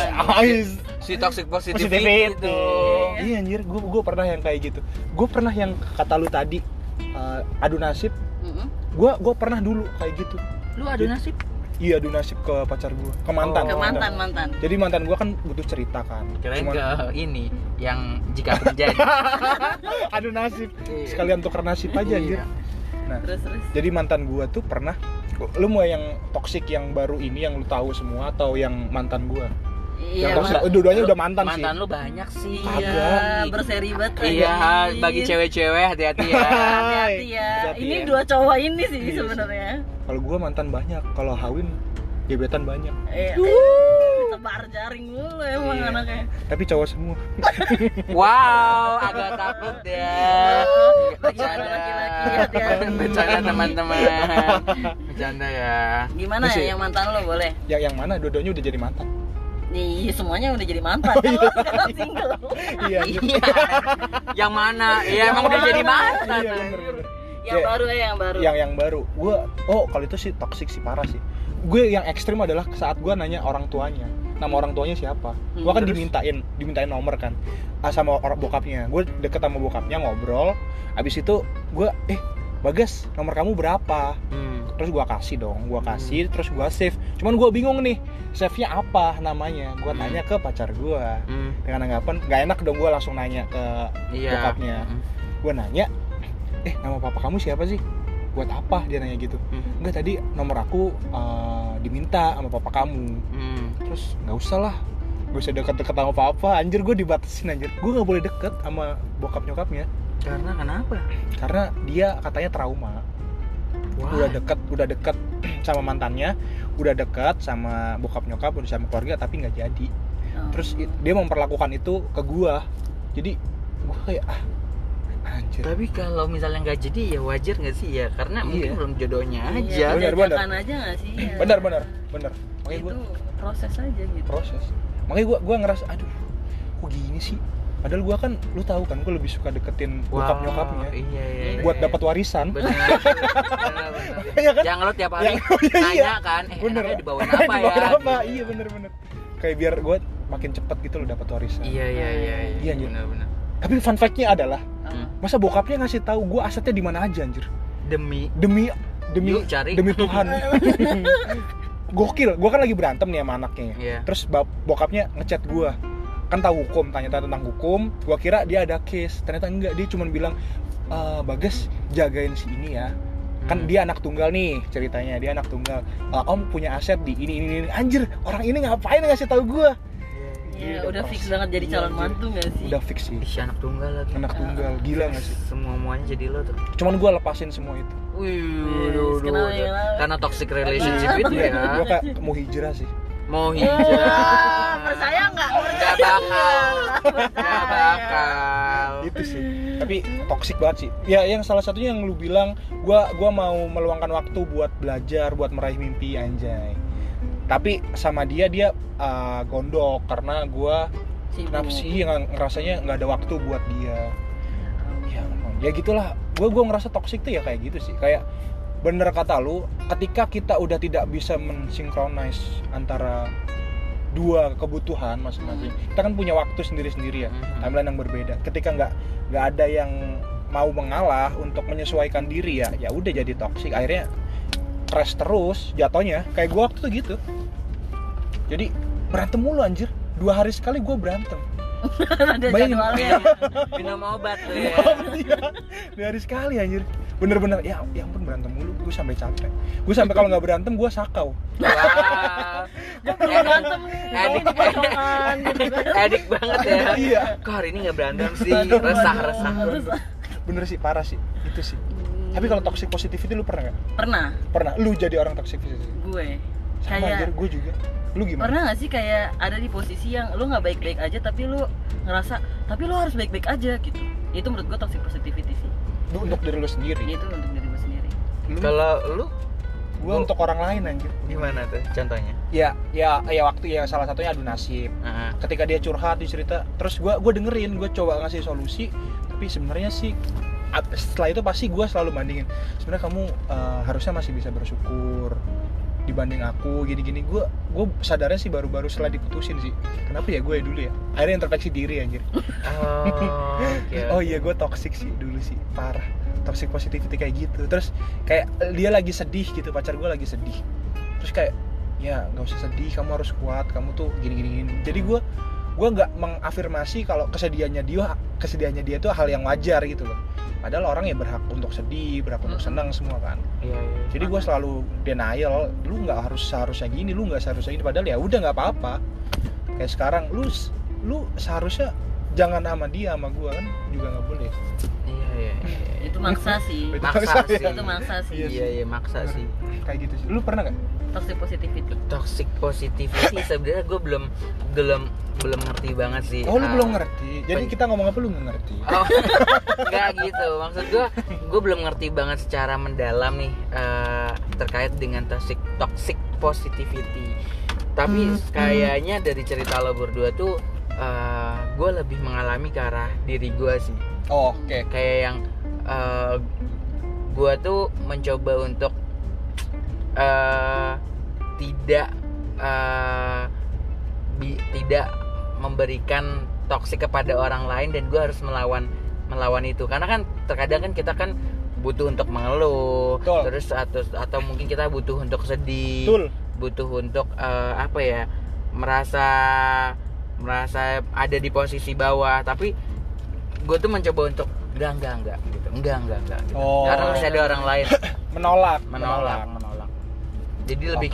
Si toxic positivity Positivity itu. Iya anjir, gue pernah yang kayak gitu. Gue pernah yang kata lu tadi adu nasib. Gue pernah dulu kayak gitu. Lu adu nasib? Iya, adu nasib ke pacar gue, ke mantan. Ke mantan. Jadi mantan gue kan butuh cerita kan. Kirain ke ini yang jika terjadi. Adu nasib. Iya. Sekalian tukar nasib aja anjir. Iya. Nah, Terus. jadi mantan gue tuh pernah, lu mau yang toksik yang baru ini yang lu tahu semua atau yang mantan gue? Iya. Yang toksik, dua-duanya udah mantan sih. Mantan lu banyak sih. Iya, berseri banget. Iya, bagi cewek-cewek hati-hati ya. Hati-hati ya. Hati-hati Ini ya. dua cowok ini sih Iya, sebenarnya. Kalau gue mantan banyak, kalau Hawin gebetan banyak. Iya. Tebar jaring mulu emang Iya. anaknya. Tapi cowok semua. Wow, agak takut ya. Bagaimana laki-laki, hati-hati. Bercanda teman-teman. Bercanda ya. Gimana Masih. ya yang mantan lo boleh? Yang mana? Dua-duanya udah jadi mantan. Nih, semuanya udah jadi mantan. Kan lo sekarang single. Iya. Iya. Yang mana? Iya emang udah jadi mantan. Iya bener. Yang baru ya, yang baru. Yang baru. Gue, kalau itu sih toksik sih, parah sih. Gue yang ekstrim adalah saat gue nanya orang tuanya, nama orang tuanya siapa. Gue kan Terus? dimintain nomor kan, sama orang bokapnya. Gue deket sama bokapnya, ngobrol. Abis itu gue, Bagas, nomor kamu berapa? Terus gue kasih dong, terus gue save. Cuman gue bingung nih, save-nya apa namanya. Gue tanya ke pacar gue dengan anggapan gak enak dong gue langsung nanya ke bokapnya. Gue nanya, nama papa kamu siapa sih? Buat apa? Dia nanya gitu. Enggak, tadi nomor aku diminta sama papa kamu. Terus nggak usah lah, gak usah deket-deket sama papa. Anjir, gue dibatasin anjir. Gue nggak boleh deket sama bokap nyokapnya Karena kenapa? karena dia katanya trauma. Wah. Udah deket sama mantannya, udah deket sama bokap nyokap, udah sama keluarga, tapi nggak jadi. Oh. Terus dia memperlakukan itu ke gue. Jadi gue kayak anjir. Tapi kalau misalnya nggak jadi ya wajar nggak sih ya? Karena mungkin Iya. belum jodohnya Iya, aja. Benar. jajakan aja nggak sih? Ya. Benar. Makanya Itu gue proses aja gitu. proses. Makanya gue ngerasa aduh, kok gini sih? Padahal gue kan, lu tahu kan, gue lebih suka deketin bokap nyokapnya Iya. buat dapat warisan. Benar. Iya kan? Jangan lo tiap hari Iya. nanya kan, Bener. enaknya dibawain apa ya? Dibawain apa? Gitu. Iya bener. Kayak biar gue makin cepet gitu loh dapat warisan. Iya. Iya, anjir. Benar. Tapi fun fact-nya adalah, Oh. masa bokapnya ngasih tahu gue asetnya di mana aja anjir. Demi Demi Yuk, cari. demi Tuhan. Gokil, gue kan lagi berantem nih sama anaknya. Iya. Terus bokapnya ngechat gue, kan tahu hukum, tanya tentang hukum. Gue kira dia ada case, ternyata enggak. Dia cuma bilang, Bagas jagain si ini ya. Kan dia anak tunggal nih ceritanya, dia anak tunggal. Om punya aset di ini. Anjir, orang ini ngapain ngasih tahu gue? Iya, Udah udah proses. fix banget jadi Iya, calon anjir. mantu nggak sih? Udah fix sih. Ih, anak tunggal lagi. Anak tunggal, gila nggak sih? Semuanya jadi lo tuh. Cuman gue lepasin semua itu. Wih, kenapa? karena toxic relationship itu Gue ya. kayak mau hijrah sih. Mau Oh, hijrah. percaya nggak? Gak bakal. Itu sih. Tapi toksik banget sih. Ya, yang salah satunya yang lu bilang, gua mau meluangkan waktu buat belajar, buat meraih mimpi, anjay. Tapi sama dia gondok karena gua Sibuk. kenapa sih ngerasanya nggak ada waktu buat dia. Ya gitulah. Gua ngerasa toksik tuh ya kayak gitu sih. Kayak bener kata lu, ketika kita udah tidak bisa mensinkronize antara dua kebutuhan masing-masing. Kita kan punya waktu sendiri-sendiri ya, timeline yang berbeda. Ketika nggak ada yang mau mengalah untuk menyesuaikan diri ya udah jadi toksik. Akhirnya crash terus jatuhnya. Kayak gue waktu itu gitu. Jadi berantem mulu anjir. 2 hari sekali gue berantem. Ada jadwalnya. Minum obat tuh ya. 2 hari sekali anjir. Bener-bener ya ampun berantem mulu, gue sampai capek. Gue sampai kalau nggak berantem gue sakau. Wah. Berantem nih, potongan gitu kan. Edik banget ya. Iya. Kok hari ini nggak berantem sih? Resah. Bener sih, parah sih. Itu sih. Tapi kalau toxic positivity lu pernah nggak? Pernah. Lu jadi orang toxic positivity? Gue Sama anjir, gue juga. Lu gimana? Pernah gak sih kayak ada di posisi yang lu nggak baik-baik aja tapi lu ngerasa tapi lu harus baik-baik aja gitu. Itu menurut gue toxic positivity sih. Lu untuk diri lu sendiri. Itu untuk diri gue sendiri. Kalau lu Gue untuk orang lain anjir. gimana tuh contohnya? Ya waktu ya salah satunya adu nasib. Ketika dia curhat, dia cerita, terus gue dengerin, gue coba ngasih solusi, tapi sebenarnya sih setelah itu pasti gue selalu bandingin. Sebenarnya kamu harusnya masih bisa bersyukur dibanding aku gini-gini. Gue sadarnya sih baru-baru setelah diputusin sih. Kenapa ya gue dulu ya? Akhirnya introspeksi diri anjir. Oh iya, gue toxic sih dulu sih, parah. Toxic positivity kayak gitu. Terus kayak dia lagi sedih gitu, pacar gue lagi sedih. Terus kayak ya nggak usah sedih, kamu harus kuat, kamu tuh gini. Jadi gue nggak mengafirmasi kalau kesedihannya dia itu hal yang wajar gitu loh. Padahal orang ya berhak untuk sedih, berhak untuk senang semua kan. Iya. Jadi gue selalu denial, lu nggak seharusnya gini, lu nggak seharusnya gini. Padahal ya udah nggak apa-apa. Kayak sekarang lu seharusnya jangan sama dia, sama gue kan juga nggak boleh. Iya. Itu maksa sih. Itu maksa sih. Iya, maksa sih. Kayak gitu sih. Lu pernah nggak? Toxic positivity. Toxic positivity sebenarnya gue belum ngerti banget sih. Oh, lu belum ngerti. Jadi kita ngomong apa lu nggak ngerti? Oh, nggak gitu. Maksud gue belum ngerti banget secara mendalam nih terkait dengan toxic positivity. Tapi kayaknya dari cerita lo berdua tuh gue lebih mengalami ke arah diri gue sih. Oh, oke. Kayak yang gue tuh mencoba untuk tidak memberikan toksik kepada orang lain, dan gue harus melawan itu. Karena kan terkadang kan kita kan butuh untuk mengeluh. Betul. Terus atau mungkin kita butuh untuk sedih. Betul. Butuh untuk merasa ada di posisi bawah, tapi gue tuh mencoba untuk enggak gitu. Gitu. Oh. Karena masih ada orang lain. menolak. Jadi lebih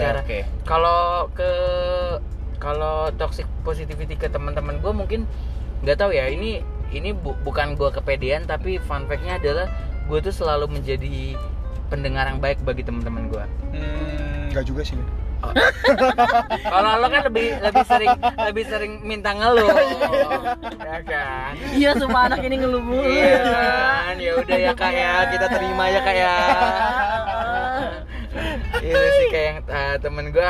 kalau toxic positivity ke teman-teman gue mungkin nggak tahu ya, ini bukan gue kepedean, tapi fun fact-nya adalah gue tuh selalu menjadi pendengar yang baik bagi teman-teman gue. Nggak juga sih. Kalau lo kan lebih sering minta ngeluh, ya kan? Iya, semua anak ini ngeluh mulu. Iya kan, ya udah ya Kak ya, kita terima ya Kak ya. Itu sih kayak yang temen gue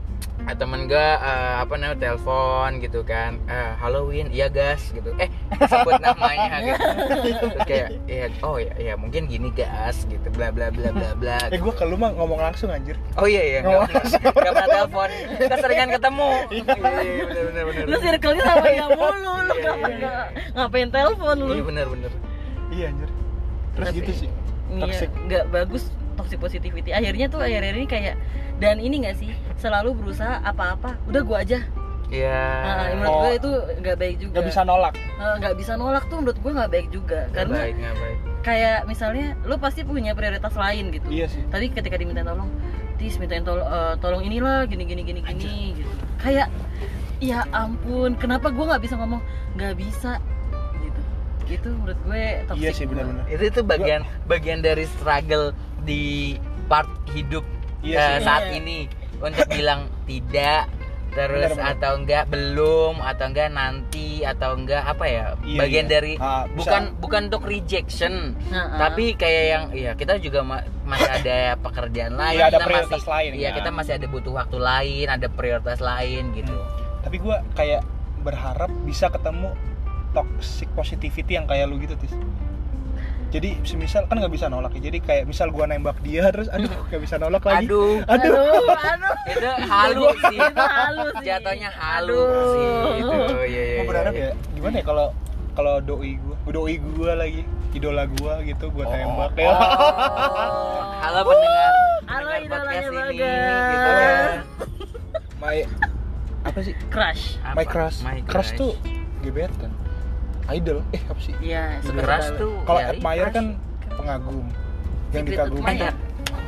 telepon gitu kan, Halloween, iya gas gitu, sebut namanya gitu. Terus kayak ya mungkin gini gas gitu, bla bla bla bla bla. Gue ke lu mah ngomong langsung anjir. Oh iya nggak pernah telepon, keseringan ketemu. Iya benar. Lu circle-nya sama dia mulu, lu ngapain telepon lu? Iya benar. Iya anjir. Terus Tapi, gitu sih. Toxic. Nggak bagus toxic positivity. Akhirnya tuh akhir-akhir ini kayak, dan ini nggak sih, selalu berusaha apa-apa udah gue aja. Iya. Menurut gue itu nggak baik juga. Nggak bisa nolak tuh menurut gue nggak baik juga. Nggak Karena baik. Kayak misalnya lu pasti punya prioritas lain gitu. Iya sih. Tadi ketika diminta tolong, mintain tolong inilah gini gitu. Kayak ya ampun, kenapa gue nggak bisa ngomong nggak bisa gitu menurut gue toxic. Iya sih, benar-benar. Itu bagian dari struggle di part hidup saat ini, untuk bilang tidak, terus bener. Atau enggak belum, atau enggak nanti, atau enggak apa ya, bagian dari bukan untuk rejection, tapi kayak yang kita juga masih ada pekerjaan lain, ada kita prioritas lain, kita masih ada butuh waktu lain, ada prioritas lain gitu. Tapi gue kayak berharap bisa ketemu toxic positivity yang kayak lu gitu, Tis. Jadi semisal kan nggak bisa nolak ya. Jadi kayak misal gua nembak dia terus aduh nggak bisa nolak lagi. Aduh. Itu halu sih. Jatuhnya halu sih itu. Iya. Gua berharap ya gimana ya kalau doi gua lagi idola gua gitu gua tembak ya. Halo pendengar. Halo idolanya podcast ini, Bagas. gitu kan. My apa sih? Crush. My crush. My Crush tuh gebetan. Idol. Apa sih? Iya, Crush tuh Kalau ya, admire kan pengagum. Yang Secret dikagumi. admirer.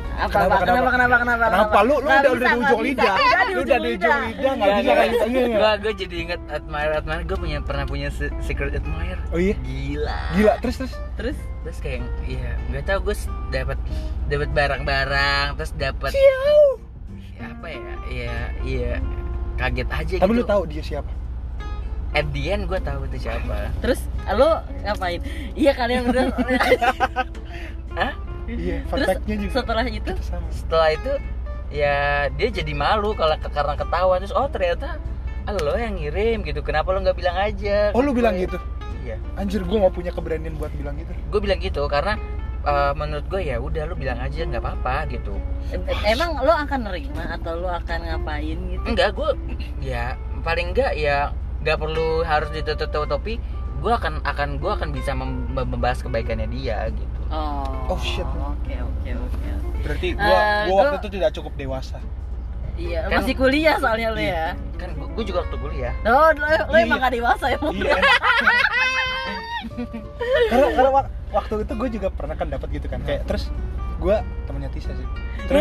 Kenapa lu Nggak udah bisa, di ujung nggak lidah. bisa. Lu udah di ujung lidah enggak bisa kayak gitu. Gue jadi inget admire gue pernah punya secret admirer. Oh iya. Gila. Terus Kayak iya nggak tahu gue dapat barang-barang terus dapat apa ya iya kaget aja. Tapi gitu. lu tahu dia siapa? At the end gue tahu itu siapa. terus lo ngapain? Iya kalian udah. Hah? Iya, Terus fact-nya juga. setelah itu Sama. Setelah itu ya dia jadi malu karena ketahuan terus ternyata lo yang ngirim gitu. Kenapa lo nggak bilang aja? Oh, lu bilang gitu? Iya. Anjir, gua nggak punya keberanian buat bilang gitu. Gue bilang gitu karena menurut gue ya udah lo bilang aja nggak apa-apa gitu. emang lo akan nerima atau lo akan ngapain gitu? Enggak, gue ya paling enggak ya nggak perlu harus ditutup-tutupi. Gue akan bisa membahas kebaikannya dia gitu. Oh, shit. Oke. Berarti gua waktu itu tidak cukup dewasa. Iya, Kan- masih kuliah soalnya lo ya. Kan gue juga waktu kuliah. Lo Iya. emang gak dewasa ya? Iya. karena waktu itu gue juga pernah kan dapat gitu kan. Kayak terus gua temannya Tisa sih. Terus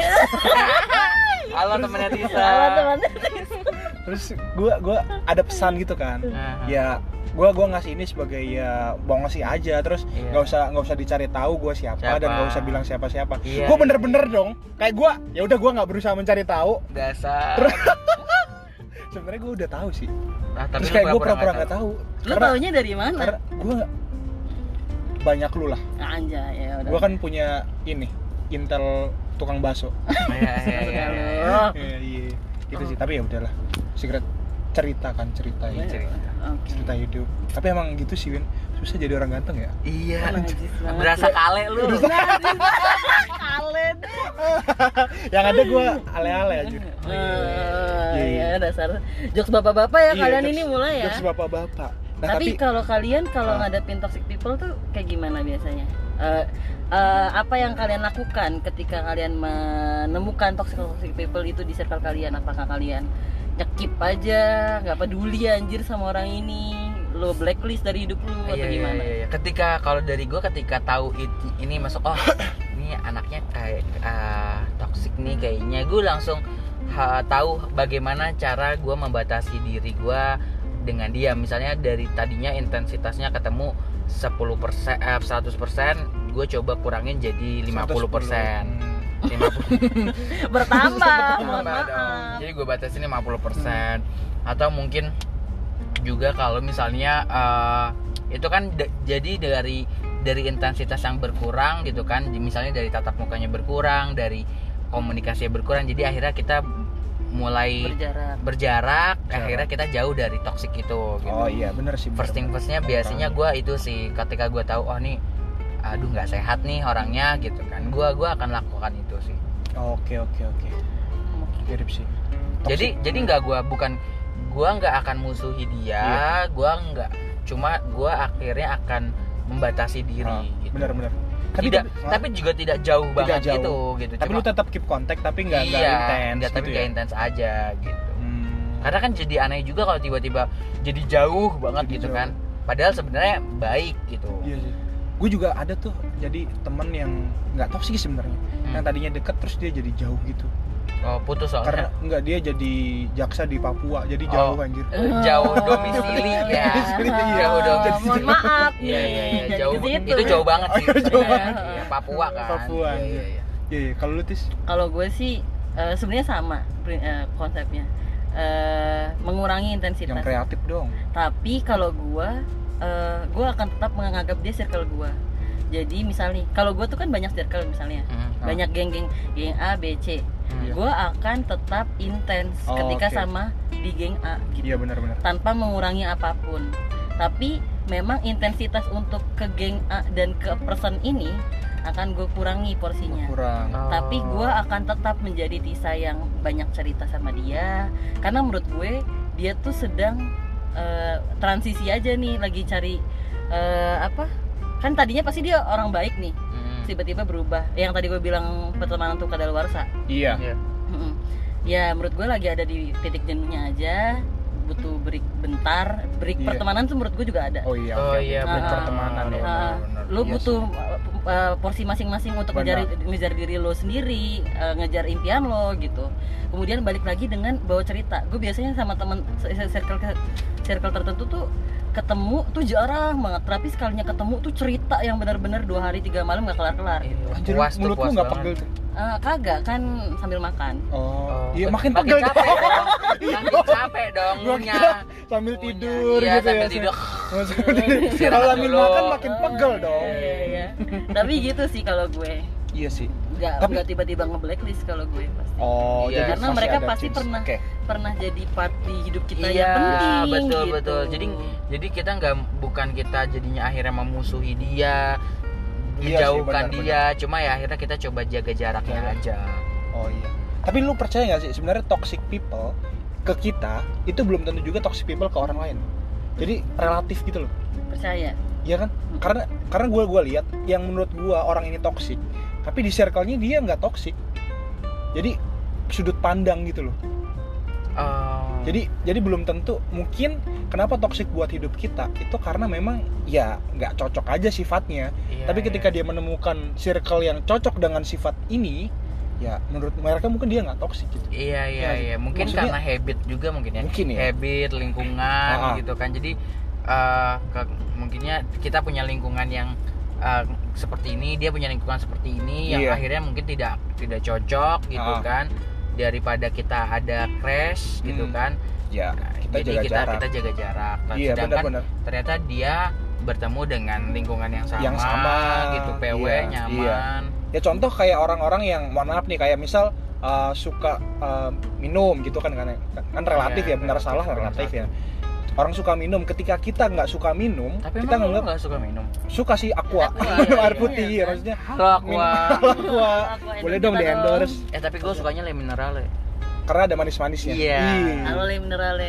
Halo temennya Tisa. Halo teman. terus gua ada pesan gitu kan. Ya gua ngasih ini sebagai ya mau ngasih aja terus Iya. nggak usah dicari tahu gua siapa dan nggak usah bilang siapa Iya, gua bener-bener dong kayak gua ya udah gua nggak berusaha mencari tahu Dasar. sebenarnya gua udah tahu sih Nah, terus kayak gua pura-pura nggak tahu Lo taunya dari mana? karena gua banyak lu lah Anjay, ya udah. gua kan punya ini intel tukang bakso Iya. iya gitu sih tapi ya udahlah secret cerita ya. Oke. Cerita hidup tapi emang gitu sih Win susah jadi orang ganteng ya Iya. Najis banget. Berasa kale lu. Kalen. yang ada gue ale-ale aja Ya dasar jokes bapak-bapak ya Iya, kalian jokes- ini mulai ya. jokes bapak-bapak nah, tapi kalau kalian Ah. ngadepin toxic people tuh kayak gimana biasanya? Apa yang kalian lakukan ketika kalian menemukan toxic people itu di circle kalian? Apakah kalian nyekip aja, nggak peduli anjir sama orang ini, lo blacklist dari hidup lu atau gimana? Iya. Ketika kalau dari gue ketika tahu ini masuk ini anaknya kayak toxic nih kayaknya gue langsung tahu bagaimana cara gue membatasi diri gue dengan dia. Misalnya dari tadinya intensitasnya ketemu 10%, 100%, gue coba kurangin jadi 50%. 50 Bertambah, mohon dong. maaf. Jadi gue batasin 50%. Atau mungkin juga kalau misalnya itu kan jadi dari intensitas yang berkurang gitu kan, misalnya dari tatap mukanya berkurang, dari komunikasinya berkurang, jadi akhirnya kita mulai berjarak. Akhirnya kita jauh dari toksik itu gitu. Oh iya bener sih Firstnya biasanya gue itu sih ketika gue tahu nih aduh nggak sehat nih orangnya gitu kan, gue akan lakukan itu sih. Oke mirip sih Jadi gue nggak akan musuhi dia, gue akhirnya akan membatasi diri gitu. bener Tapi juga tidak jauh banget jauh. gitu. Tapi lu tetap keep kontak tapi nggak intens tapi gitu nggak ya? intens aja gitu. Karena kan jadi aneh juga kalau tiba-tiba jadi jauh banget Jadi gitu jauh. kan, padahal sebenarnya baik gitu. Iya sih. Gue juga ada tuh jadi temen yang nggak toksik sebenarnya. Yang tadinya deket terus dia jadi jauh gitu. Oh, putus Karena soalnya. enggak dia jadi jaksa di Papua, jadi jauh anjir. Jauh domisili ya. Jauh domisili. Mohon maaf. Iya, Jangan jauh. ke situ. Itu jauh banget sih. Jauh banget. Iya, Papua kan. Papua. Iya. Iya, kalau lu Tis? Kalau gue sih sebenarnya sama konsepnya. Mengurangi intensitas. Yang kreatif dong. Tapi kalau gue akan tetap menganggap dia circle gue. Jadi misalnya kalau gue tuh kan banyak circle misalnya, banyak geng A, B, C. Gue akan tetap intens ketika sama di geng A gitu. Iya benar-benar. Tanpa mengurangi apapun. Tapi memang intensitas untuk ke geng A dan ke person ini akan gue kurangi porsinya. Kurang. Tapi gue akan tetap menjadi Tisa yang banyak cerita sama dia, karena menurut gue dia tuh sedang transisi aja nih, lagi cari kan tadinya pasti dia orang baik nih, tiba-tiba berubah. Yang tadi gue bilang pertemanan tuh kadaluarsa. Iya. Ya menurut gue lagi ada di titik jenuhnya aja, butuh break bentar. Break pertemanan tuh menurut gue juga ada. Oh iya. Break pertemanan ya. Lo butuh porsi masing-masing untuk ngejar diri lo sendiri, ngejar impian lo gitu. Kemudian balik lagi dengan bawa cerita. Gue biasanya sama temen circle tertentu tuh ketemu tuh jarang banget, tapi sekalinya ketemu tuh cerita yang benar-benar 2 hari 3 malam gak kelar-kelar gitu. Anjir, mulut lu nggak pegel tuh? Kagak, kan sambil makan. Iya makin pegel capek dong. Makin capek dong ngunyah. Sambil tidur iya, gitu sambil ya. tidur. Kalau sambil makan makin pegel dong. Iya. Tapi gitu sih kalau gue. Iya sih. Nggak tiba-tiba nge-blacklist kalau gue pasti. Iya. Jadi Karena masih mereka ada pasti chance. pernah jadi part di hidup kita Iya, yang penting. betul. Gitu. Jadi kita bukan kita jadinya akhirnya memusuhi dia, Iya sih, menjauhkan benar. dia, cuma ya akhirnya kita coba jaga jaraknya aja. Oh iya. Tapi lu percaya nggak sih sebenarnya toxic people ke kita itu belum tentu juga toxic people ke orang lain. Jadi relatif gitu loh. Percaya. Iya kan? Karena gue lihat yang menurut gue orang ini toxic, tapi di circle-nya dia nggak toxic. Jadi sudut pandang gitu loh. Jadi belum tentu, mungkin kenapa toksik buat hidup kita itu karena memang ya nggak cocok aja sifatnya. Tapi ketika dia menemukan circle yang cocok dengan sifat ini, ya menurut mereka mungkin dia nggak toksik gitu. Iya. Mungkin Maksudnya, karena habit juga mungkin ya. Mungkin ya. Habit, lingkungan gitu kan. Jadi mungkinnya kita punya lingkungan yang seperti ini, dia punya lingkungan seperti ini yang akhirnya mungkin tidak cocok gitu kan. Daripada kita ada crash gitu kan. Ya, kita jaga jarak. Iya, Sedangkan benar. ternyata dia bertemu dengan lingkungan yang sama gitu, PW nyaman. Ya contoh kayak orang-orang yang mohon maaf nih, kayak misal suka minum gitu kan relatif ya, benar salah relatif ya. Orang suka minum, ketika kita nggak suka minum, tapi kita nggak suka minum. Suka sih aqua, minum air putih ya maksudnya. Halo aqua. Boleh dong di endorse. Tapi gue sukanya le mineral. Karena ada manis-manisnya. Iya. Halo le minerale.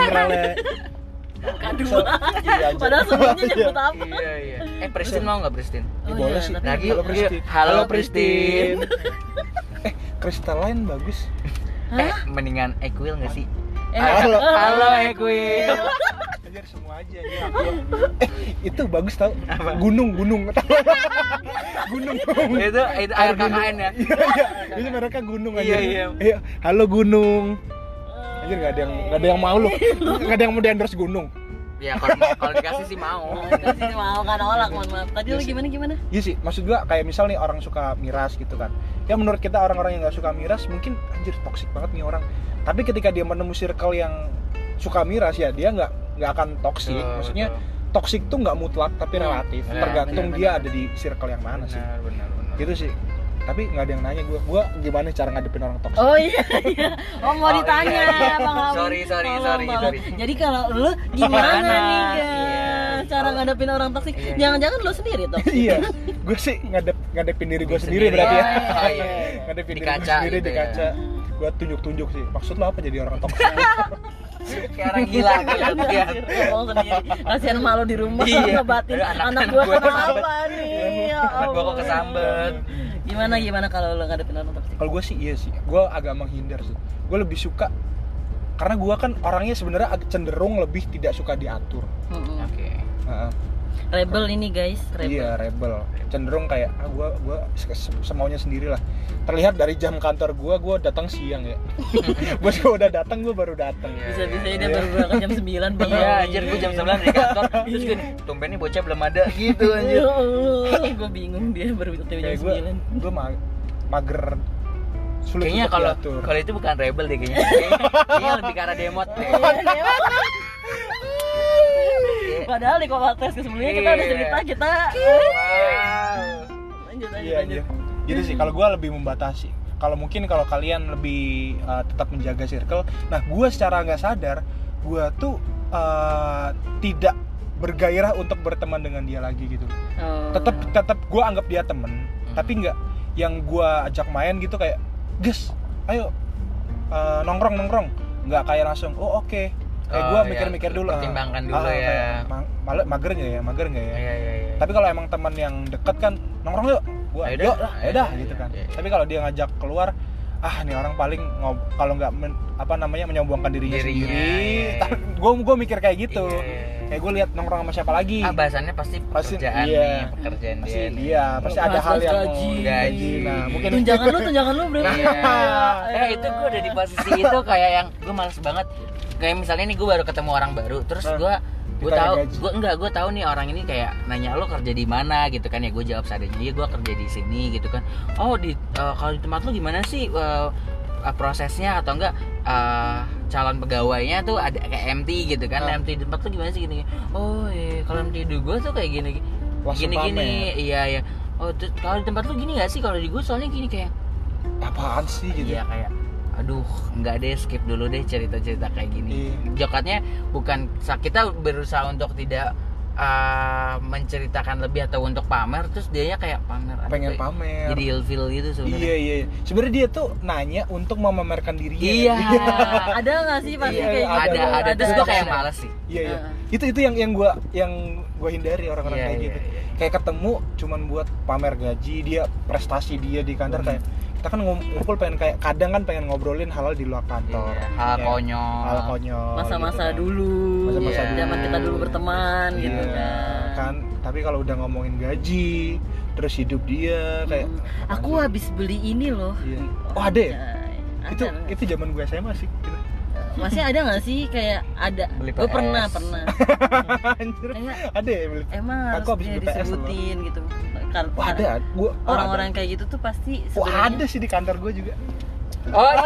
Kedua. Padahal semuanya nyebut apa? Iya. Pristine mau nggak Pristine? Boleh sih. Lagi. Halo Pristine. Crystalline bagus. Mendingan Equil nggak sih? Halo Equil. Ajar semua aja ya. Itu bagus tau. Gunung. Gunung. Itu air KKN ya. Iya. Itu mereka gunung aja. Iya. Halo gunung. Anjir enggak ada yang mau lu. Enggak ada yang mau di-endorse gunung. Ya kalau dikasih sih mau. Dikasih mau kan nolak, mohon maaf. Tadi lu gimana? Iya sih, maksud gua kayak misal nih orang suka miras gitu kan. Ya menurut kita orang-orang yang enggak suka miras mungkin anjir toksik banget nih orang. Tapi ketika dia menemukan circle yang suka miras ya dia nggak akan toksik. Maksudnya toksik tuh nggak mutlak tapi relatif. Tergantung dia ada di circle yang mana sih. Benar. Gitu sih. Tapi nggak ada yang nanya gue gimana cara ngadepin orang toksik. Oh iya. Oh mau ditanya Bang Sorry. Alvin. Jadi kalau lu gimana nih guys cara ngadepin orang toksik? Jangan-jangan lu sendiri toksik. Iya. Gue sih ngadepin diri gue sendiri berarti ya. Iya. Ngadepin Di diri gue kaca sendiri gitu di kaca. Gue tunjuk sih. Maksud lo apa jadi orang toksik? Kayak orang gila Ngomong sendiri. Kasihan malu di rumah ngebatin anak gua kenapa nih. Anak gua kok kesambet. Gimana kalau lo ngadepin orang toksik? Kalau gue sih iya sih. Gue agak menghindar sih. Gue lebih suka karena gue kan orangnya sebenarnya cenderung lebih tidak suka diatur. Oke. Rebel ini guys, rebel. Iya, rebel. Cenderung kayak gue semaunya sendiri lah. Terlihat dari jam kantor gue datang siang ya. Bos gue udah datang, gue baru datang. Bisa-bisanya dia baru berangkat jam 9 Bang. Iya, anjir gue jam 9 di kantor. Terus gini, tumben nih bocah belum ada gitu anjir. Ya Allah, gue bingung dia baru jam 9. Gue mager. Sulit Kayaknya untuk diatur. kalau itu bukan rebel deh kayaknya. Kayaknya lebih ke arah demot deh. Padahal di podcast sebelumnya kita udah cerita kita. Lanjut. Gitu sih. Kalau gue lebih membatasi. Kalau mungkin kalau kalian lebih tetap menjaga circle. Nah, gue secara nggak sadar, gue tuh tidak bergairah untuk berteman dengan dia lagi gitu. Oh. Tetap gue anggap dia temen, tapi nggak yang gue ajak main gitu kayak, guys, ayo nongkrong, nggak kayak langsung, oh oke. Kayak gue mikir-mikir dulu, pertimbangkan dulu ya. Mager nggak ya? Iya. Tapi kalau emang teman yang deket kan nongkrong yuk, gue yuk lah, gitu kan. Tapi kalau dia ngajak keluar, nih orang paling kalau nggak menyombongkan dirinya sendiri. Gue mikir kayak gitu. Kayak gue lihat nongkrong sama siapa lagi. Bahasannya pasti pekerjaan pekerjaan dia. Iya, pasti ada hal yang gaji. Nah, mungkin tunjangan lu berarti. Itu gue udah di posisi itu kayak yang gue males banget. Kayak misalnya nih gue baru ketemu orang baru, terus gue tahu nih orang ini kayak nanya lo kerja di mana gitu kan, ya gue jawab seadanya, gue kerja di sini gitu kan. Oh kalau di tempat lo gimana sih prosesnya atau enggak calon pegawainya tuh ada kayak MT gitu kan, MT di tempat lo gimana sih gini. Oh kalau MT di gue tuh kayak gini. Iya. Oh kalau di tempat lo gini nggak sih, kalau di gue soalnya gini kayak apaan sih gitu. Iya kayak aduh nggak deh, skip dulu deh cerita-cerita kayak gini. Jokatnya bukan kita berusaha untuk tidak menceritakan lebih atau untuk pamer, terus dianya kayak pengen pamer, jadi ilfil gitu sebenarnya. Iya. Sebenarnya dia tuh nanya untuk memamerkan dirinya. Iya. Ada nggak sih pasti kayak gitu? Ada. Terus gue kayak males sih. Iya. Itu yang gue hindari orang-orang kayak gitu. Kayak ketemu cuman buat pamer gaji dia, prestasi dia di kantor. Kayak kita kan ngumpul kadang kan pengen ngobrolin hal-hal di luar kantor. Hal konyol. Masa-masa gitu kan. dulu. Masa-masa dulu. Zaman kita dulu berteman gitu kan. Tapi kalau udah ngomongin gaji, terus hidup dia kayak aku habis beli ini loh. Iya. Oh, ada ya? Itu zaman gue SMA sih gitu. Masih ada nggak sih kayak ada? Gue pernah. Anjir. Ada ya beli. Emang harus disebutin gitu. Ada. Orang-orang kayak gitu tuh pasti sebenarnya. Ada sih di kantor gue juga. Oh iya.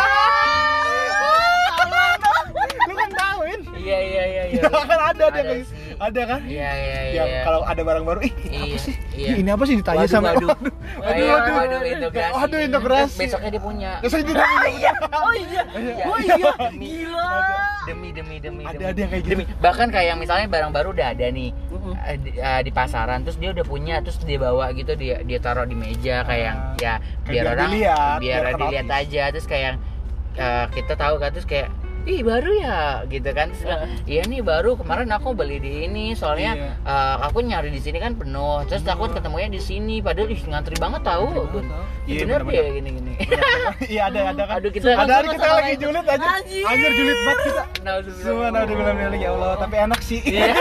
Lu kan tahuin. Iya. Kan ada kayak ada kan? Iya. Yang kalau ada barang baru, apa sih? Ini apa sih ditanya sama Waduh, Aduh, integrasi. Besoknya dia punya. Oh iya. Gila. Demi. Ada yang kayak gitu. Bahkan kayak misalnya barang baru udah ada nih di pasaran, terus dia udah punya, terus dia bawa gitu, dia taruh di meja kayak ya biar orang dilihat aja, terus kayak kita tahu kan, terus kayak ih baru ya gitu kan, iya nih baru, kemarin aku beli di ini soalnya aku nyari di sini kan penuh, terus aku ketemunya di sini padahal ngantri banget tahu. Bener ya gini. Iya ada kan. Aduh, kita lagi julid aja. Anjir julid banget kita. Semua naudzubillah ya Allah, tapi enak sih.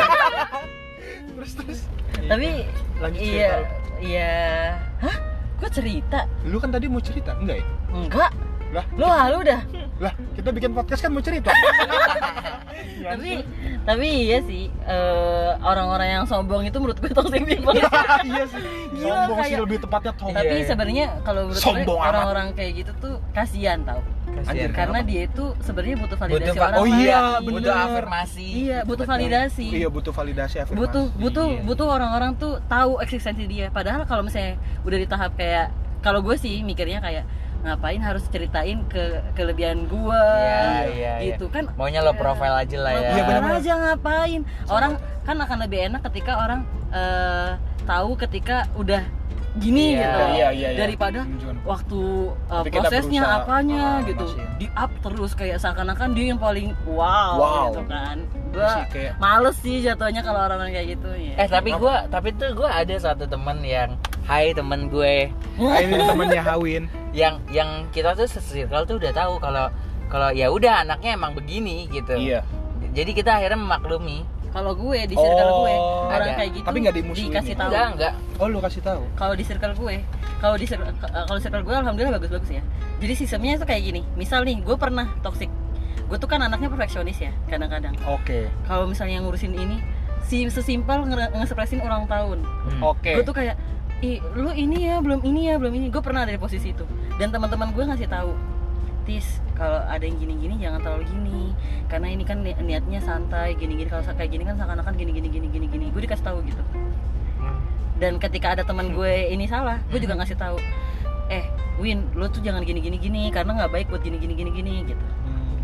Terus. Tapi iya. Hah? Kok cerita? Lu kan tadi mau cerita, enggak ya? Enggak. Lah, lu halu dah. Lah, kita bikin podcast kan mau cerita. Tapi iya sih, orang-orang yang sombong itu menurut gue toxic people. Iya sih. Sombong sih lebih tepatnya toxic. Tapi sebenarnya kalau menurut gue orang-orang kayak gitu tuh kasihan tau. Karena dia itu sebenarnya butuh validasi orang lain. Oh iya, butuh afirmasi. Iya, butuh validasi. Iya, butuh validasi, afirmasi. Butuh orang-orang tuh tahu eksistensi dia. Padahal kalau misalnya udah di tahap kayak, kalau gue sih mikirnya kayak ngapain harus ceritain kelebihan gue gitu kan, maunya lo profile aja lah ya. Iya benar aja, ngapain orang kan akan lebih enak ketika orang tahu ketika udah gini gitu daripada waktu prosesnya apanya gitu di up terus kayak seakan-akan dia yang paling wow. Gitu kan. Gua males sih jatuhnya kalau orang-orang kayak gitu ya. Tapi gue ada satu teman yang temen gue. Ini temennya Hawin. Yang kita tuh circle tuh udah tahu kalau ya udah anaknya emang begini gitu. Iya. Jadi kita akhirnya memaklumi. Kalau gue di circle gue orang kayak gitu tapi nggak dikasih tahu. Enggak. Oh, lu kasih tahu. Kalau di circle gue, kalau circle gue alhamdulillah bagus-bagus ya. Jadi sistemnya itu kayak gini. Misal nih, gue pernah toxic. Gue tuh kan anaknya perfeksionis ya, kadang-kadang. Oke. Kalau misalnya ngurusin ini, sesimpel nge-expressin ulang tahun. Oke. Gue tuh kayak, lu ini ya, belum ini. Gue pernah ada di posisi itu. Dan teman-teman gue ngasih tahu, Tis, kalau ada yang gini-gini jangan terlalu gini, karena ini kan niatnya santai, gini-gini. Kalau kayak gini kan seakan-akan gini. Gue dikasih tahu gitu. Dan ketika ada teman gue ini salah, gue juga ngasih tahu, Win, lu tuh jangan gini, karena nggak baik buat gini gitu.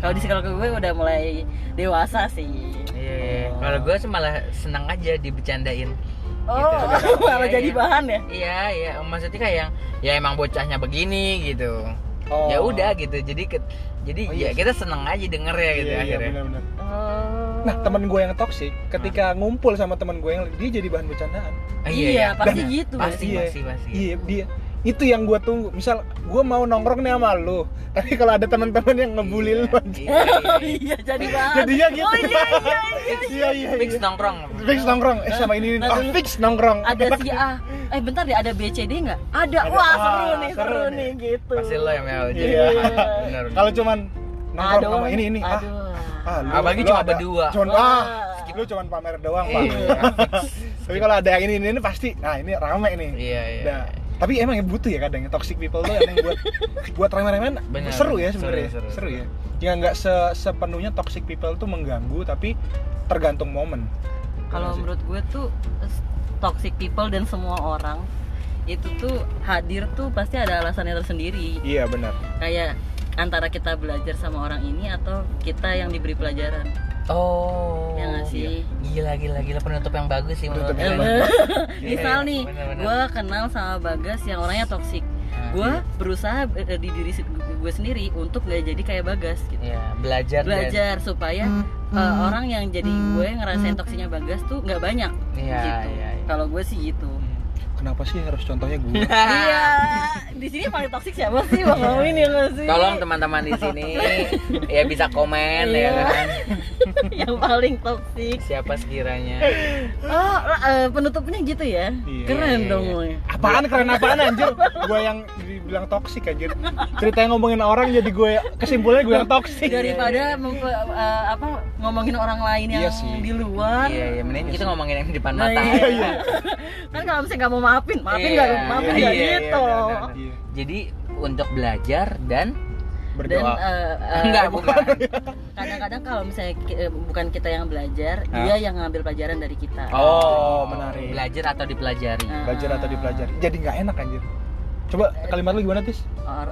Kalau di circle gue udah mulai dewasa sih. Iya. Kalau gue sih malah senang aja dibecandain. Oh, Gitu. malah Iya, jadi iya. bahan ya? Iya, maksudnya kayak yang ya emang bocahnya begini gitu. Oh. Ya udah gitu. Jadi Oh, ya iya. kita seneng aja denger ya gitu Iya, akhirnya. benar-benar. Oh. Nah, teman gue yang toksik ketika ngumpul sama teman gue yang dia jadi bahan bercandaan. Iya, pasti Dan- gitu. Pasti, Iya. pasti. Iya, dia itu yang gue tunggu. Misal gue mau nongkrong nih sama lu, tapi kalau ada teman-teman yang ngebully lu, Oh iya, jadi bahan. jadinya gitu. Oh iya. iya. Fix nongkrong. Fix nongkrong. Sama ini. Nah, dulu Fix nongkrong. Ada si A. Bentar deh, ada B, C, D nggak? Ada. Ada. Wah, Wah, seru seru nih gitu. Pasti lo yang Mel. Iya. Benar. Kalau cuman nongkrong sama ini Aduh. Apalagi cuma berdua. Cuman Wah. lu cuman pamer doang, Pak. Iya. Tapi kalau ada yang ini pasti, nah ini rame nih. Iya. Nah, tapi emang ya butuh ya kadang ya toxic people tuh emang buat rame-ramean Bener. seru ya sebenarnya. Seru. Seru ya. Ya nggak sepenuhnya toxic people tuh mengganggu, tapi tergantung momen. Kalau menurut gue tuh toxic people dan semua orang itu tuh hadir tuh pasti ada alasannya tersendiri. Iya benar. Kayak antara kita belajar sama orang ini atau kita yang diberi pelajaran. Oh. Ya nggak sih? Gila penutup yang bagus sih menurut Penutup yang gue. Misal Iya, nih, bener-bener. gue kenal sama Bagas yang orangnya toksik. Gue berusaha di diri gue sendiri untuk nggak jadi kayak Bagas gitu. Iya, belajar supaya orang yang jadi gue ngerasain toksiknya Bagas tuh nggak banyak. Iya, gitu. iya. Kalau gue sih gitu. Kenapa sih harus contohnya gue? Iya, di sini yang paling toksik siapa sih Bang Amin ya nggak sih? Tolong teman-teman di sini ya bisa komen ya Iya. kan. Yang paling toksik. Siapa sekiranya? Oh, penutupnya gitu ya? Iya, Keren iya, dong. iya. Moy. Apaan keren apaan anjir? Gue yang dibilang toksik anjir. Ceritanya ngomongin orang jadi gue kesimpulannya gue yang toksik. Daripada ngomongin orang lain yang Iya sih. di luar. Iya, mending kita ngomongin yang di depan Nah, mata. iya. Iya. Kan kalau misalnya nggak mau maafin Iya, nggak iya, gitu. benar. Iya. Jadi untuk belajar dan Dan Berdoa. enggak bukan. kadang-kadang kalau misalnya bukan kita yang belajar, Hah? dia yang ngambil pelajaran dari kita. Oh, menarik. Belajar atau dipelajari. Nah. Belajar atau dipelajari. Jadi nggak enak anjir. Coba kalimat lu gimana, Tis?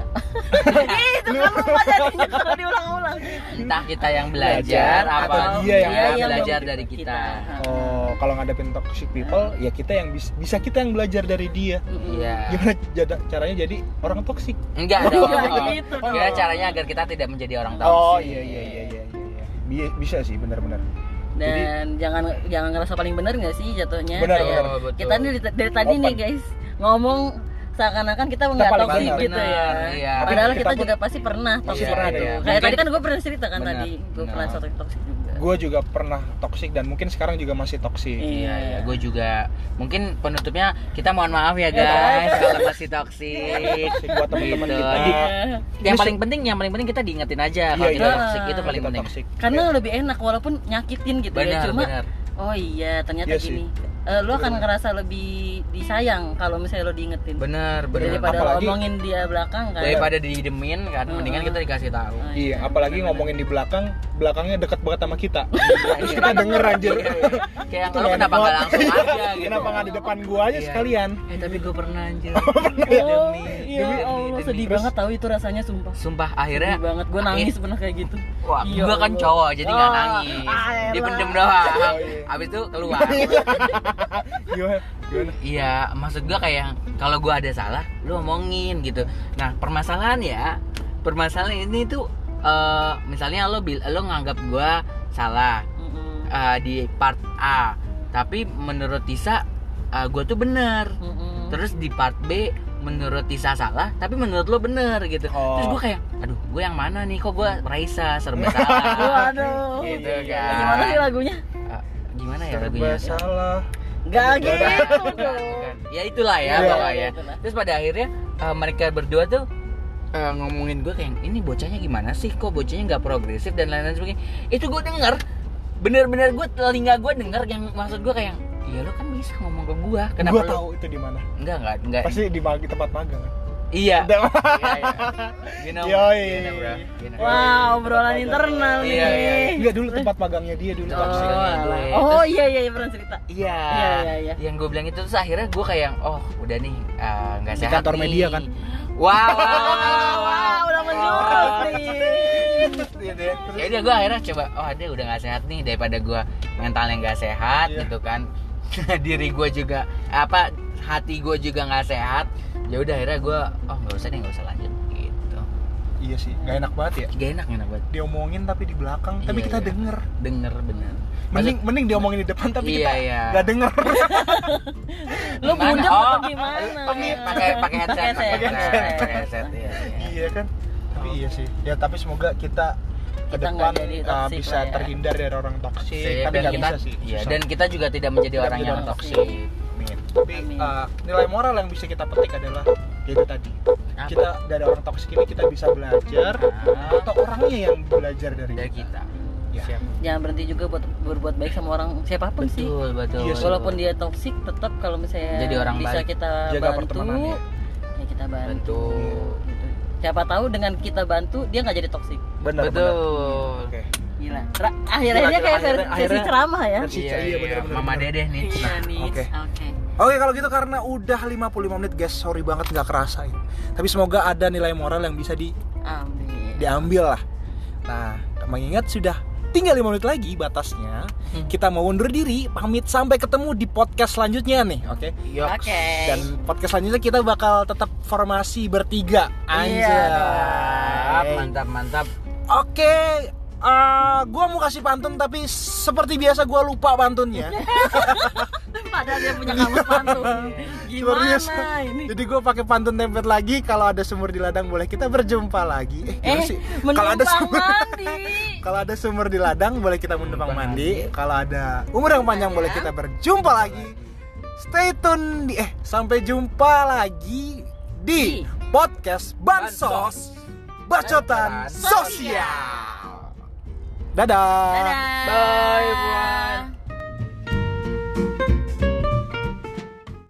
Itu kan lupa jadinya kalau diulang-ulang. Entah kita yang belajar Belajar, atau atau dia dia yang yang belajar memberi dari kita. Oh, kalau ngadepin toxic people, ya kita yang bisa kita yang belajar dari dia. Iya. Gimana caranya jadi orang toksik? Enggak Oh, dong. enggak gitu dong. Kira caranya agar kita tidak menjadi orang toksik. Oh, iya. Bisa sih, benar-benar. Dan jangan ngerasa paling benar nggak sih jatuhnya. Benar, Kayak benar, betul. kita nih dari tadi nih Open. guys ngomong seakan-akan kita nggak paling toksik benar. gitu ya. Iya. Padahal Tapi kita kita juga pasti pernah toksik pernah gitu. ada ya. Kayak Mungkin- tadi kan gue pernah cerita kan Benar, tadi gue benar. pernah toksik juga. Gue juga pernah toksik dan mungkin sekarang juga masih toksik. Iya, gue juga. Mungkin penutupnya kita mohon maaf ya guys kalau masih toksik. Toksik buat teman-teman Gitu. kita. Di- Iya. yang paling penting kita diingetin aja kalau Iya, kita iya. toksik itu paling Kita penting. toksik. Karena lebih enak walaupun nyakitin gitu ya. Benar, Cuma benar. oh iya ternyata Iya sih. gini. Lu akan ngerasa lebih disayang kalau misalnya lo diingetin. Benar, benar. Daripada Apalagi- ngomongin dia belakang kan. Daripada didemin kan, mendingan kita dikasih tahu. Oh, Iya, apalagi ngomongin di belakangnya dekat banget sama kita. Terus Iya. kita denger anjir. Kayak Itu lo enak kenapa nggak banget. langsung aja gitu. Kenapa nggak di depan gua aja Iya. sekalian? Tapi gue pernah anjir. Oh, Demi- ya demi- Allah demi- sedih Terus- banget tahu itu rasanya sumpah. Sumpah akhirnya Sedih banget, gue nangis pernah kayak gitu. Wah, Ya gue kan Allah. cowok jadi nggak Ah, nangis. elah. Dipendem doang. Oh, iya. Abis itu keluar. Gimana? Iya, maksud gue kayak kalau gue ada salah, lu omongin gitu. Nah, permasalahan ini tuh misalnya lo nganggap gue salah Mm-mm. di part A, tapi menurut Tisa gue tuh bener. Mm-mm. Terus di part B menurut Tisa salah, tapi menurut lo bener gitu. Oh. Terus gue kayak, aduh, gue yang mana nih? Kok gue Raisa serba salah? Waduh. Gitu kan. Gimana sih lagunya? Gimana ya Serba lagunya? salah. Gak gitu Bukan, dong. bukan. Ya itulah ya Iya, pokoknya. itulah. Terus pada akhirnya mereka berdua tuh ngomongin gue kayak ini bocahnya gimana sih, kok bocahnya nggak progresif dan lain-lain sebagainya. Itu gue denger, bener-bener telinga gue denger yang maksud gue kayak, iya lo kan bisa ngomong ke gue, kenapa Gua lo? tahu itu di mana. Enggak. Pasti di tempat magang. Kan? Iya. Udah. Iya. You know, Yoi. you know, bro. You know. Wow, obrolan internal nih. Iya, iya. Enggak, dulu tempat magangnya dia dulu Oh, toksik. gue. oh iya pernah cerita. Iya. Iya. Yang gue bilang itu terus akhirnya gue kayak, oh udah nih nggak Di sehat kantor nih. media kan? Wow. Wah, udah menjurus nih. gitu ya. Ya udah gue akhirnya coba, oh dia udah nggak sehat nih, daripada gue mentalnya nggak sehat gitu kan. Diri gue juga hati gue juga nggak sehat. Ya udah akhirnya gue nggak usah lanjut gitu. Iya sih, nggak enak banget ya. Gak enak banget. Diomongin tapi di belakang, tapi kita denger bener. Mending diomongin di depan tapi kita nggak denger. Lu bunceng atau gimana? Pakai headset. Iya kan. Tapi iya sih. Ya tapi semoga kita ke Kita depan nggak jadi toksik bisa lah ya. terhindar dari orang toksik. Tapi dan nggak kita bisa sih. iya, susah. dan kita juga tidak menjadi Tidak orang menjadi yang orang toksik. Amin. Tapi Amin. nilai moral yang bisa kita petik adalah itu tadi. Kita dari orang toksik ini kita bisa belajar atau orangnya yang belajar dari kita. Ya. Siap. Jangan berhenti juga buat berbuat baik sama orang siapapun sih. Betul. Iya sih. Walaupun dia toksik, tetap kalau misalnya Jadi orang bisa baik. kita Jaga bantu, pertemanannya. ya kita bantu. Betul. Gitu. Siapa tahu dengan kita bantu dia nggak jadi toksik. Benar. Betul. Oke. Gila. Akhirnya kayak akhirnya- versi ceramah ya. versi- Iya, Iya, bener. Mama Dedeh nih. Iya nih. oke. Oke. Oke, kalau gitu karena udah 55 menit guys, sorry banget nggak kerasa ya. Tapi semoga ada nilai moral yang bisa Amin. diambil lah. Nah, mengingat sudah tinggal 5 menit lagi batasnya, kita mau undur diri, pamit sampai ketemu di podcast selanjutnya nih, oke? Oke. Dan podcast selanjutnya kita bakal tetap formasi bertiga. Anjay. Mantap. Oke, gua mau kasih pantun tapi seperti biasa gua lupa pantunnya. Padahal dia punya kamus pantun. Gimana Serius. ini? Jadi gue pakai pantun template lagi. Kalau ada sumur di ladang boleh kita berjumpa lagi. Gimana sih? Kalau ada menumpang sumur, mandi. kalau ada sumur di ladang boleh kita menumpang mandi. Kalau ada umur yang panjang boleh kita berjumpa lagi. Stay tune sampai jumpa lagi di podcast Bansos Bacotan Sosial. Dadah. Dadah. Bye.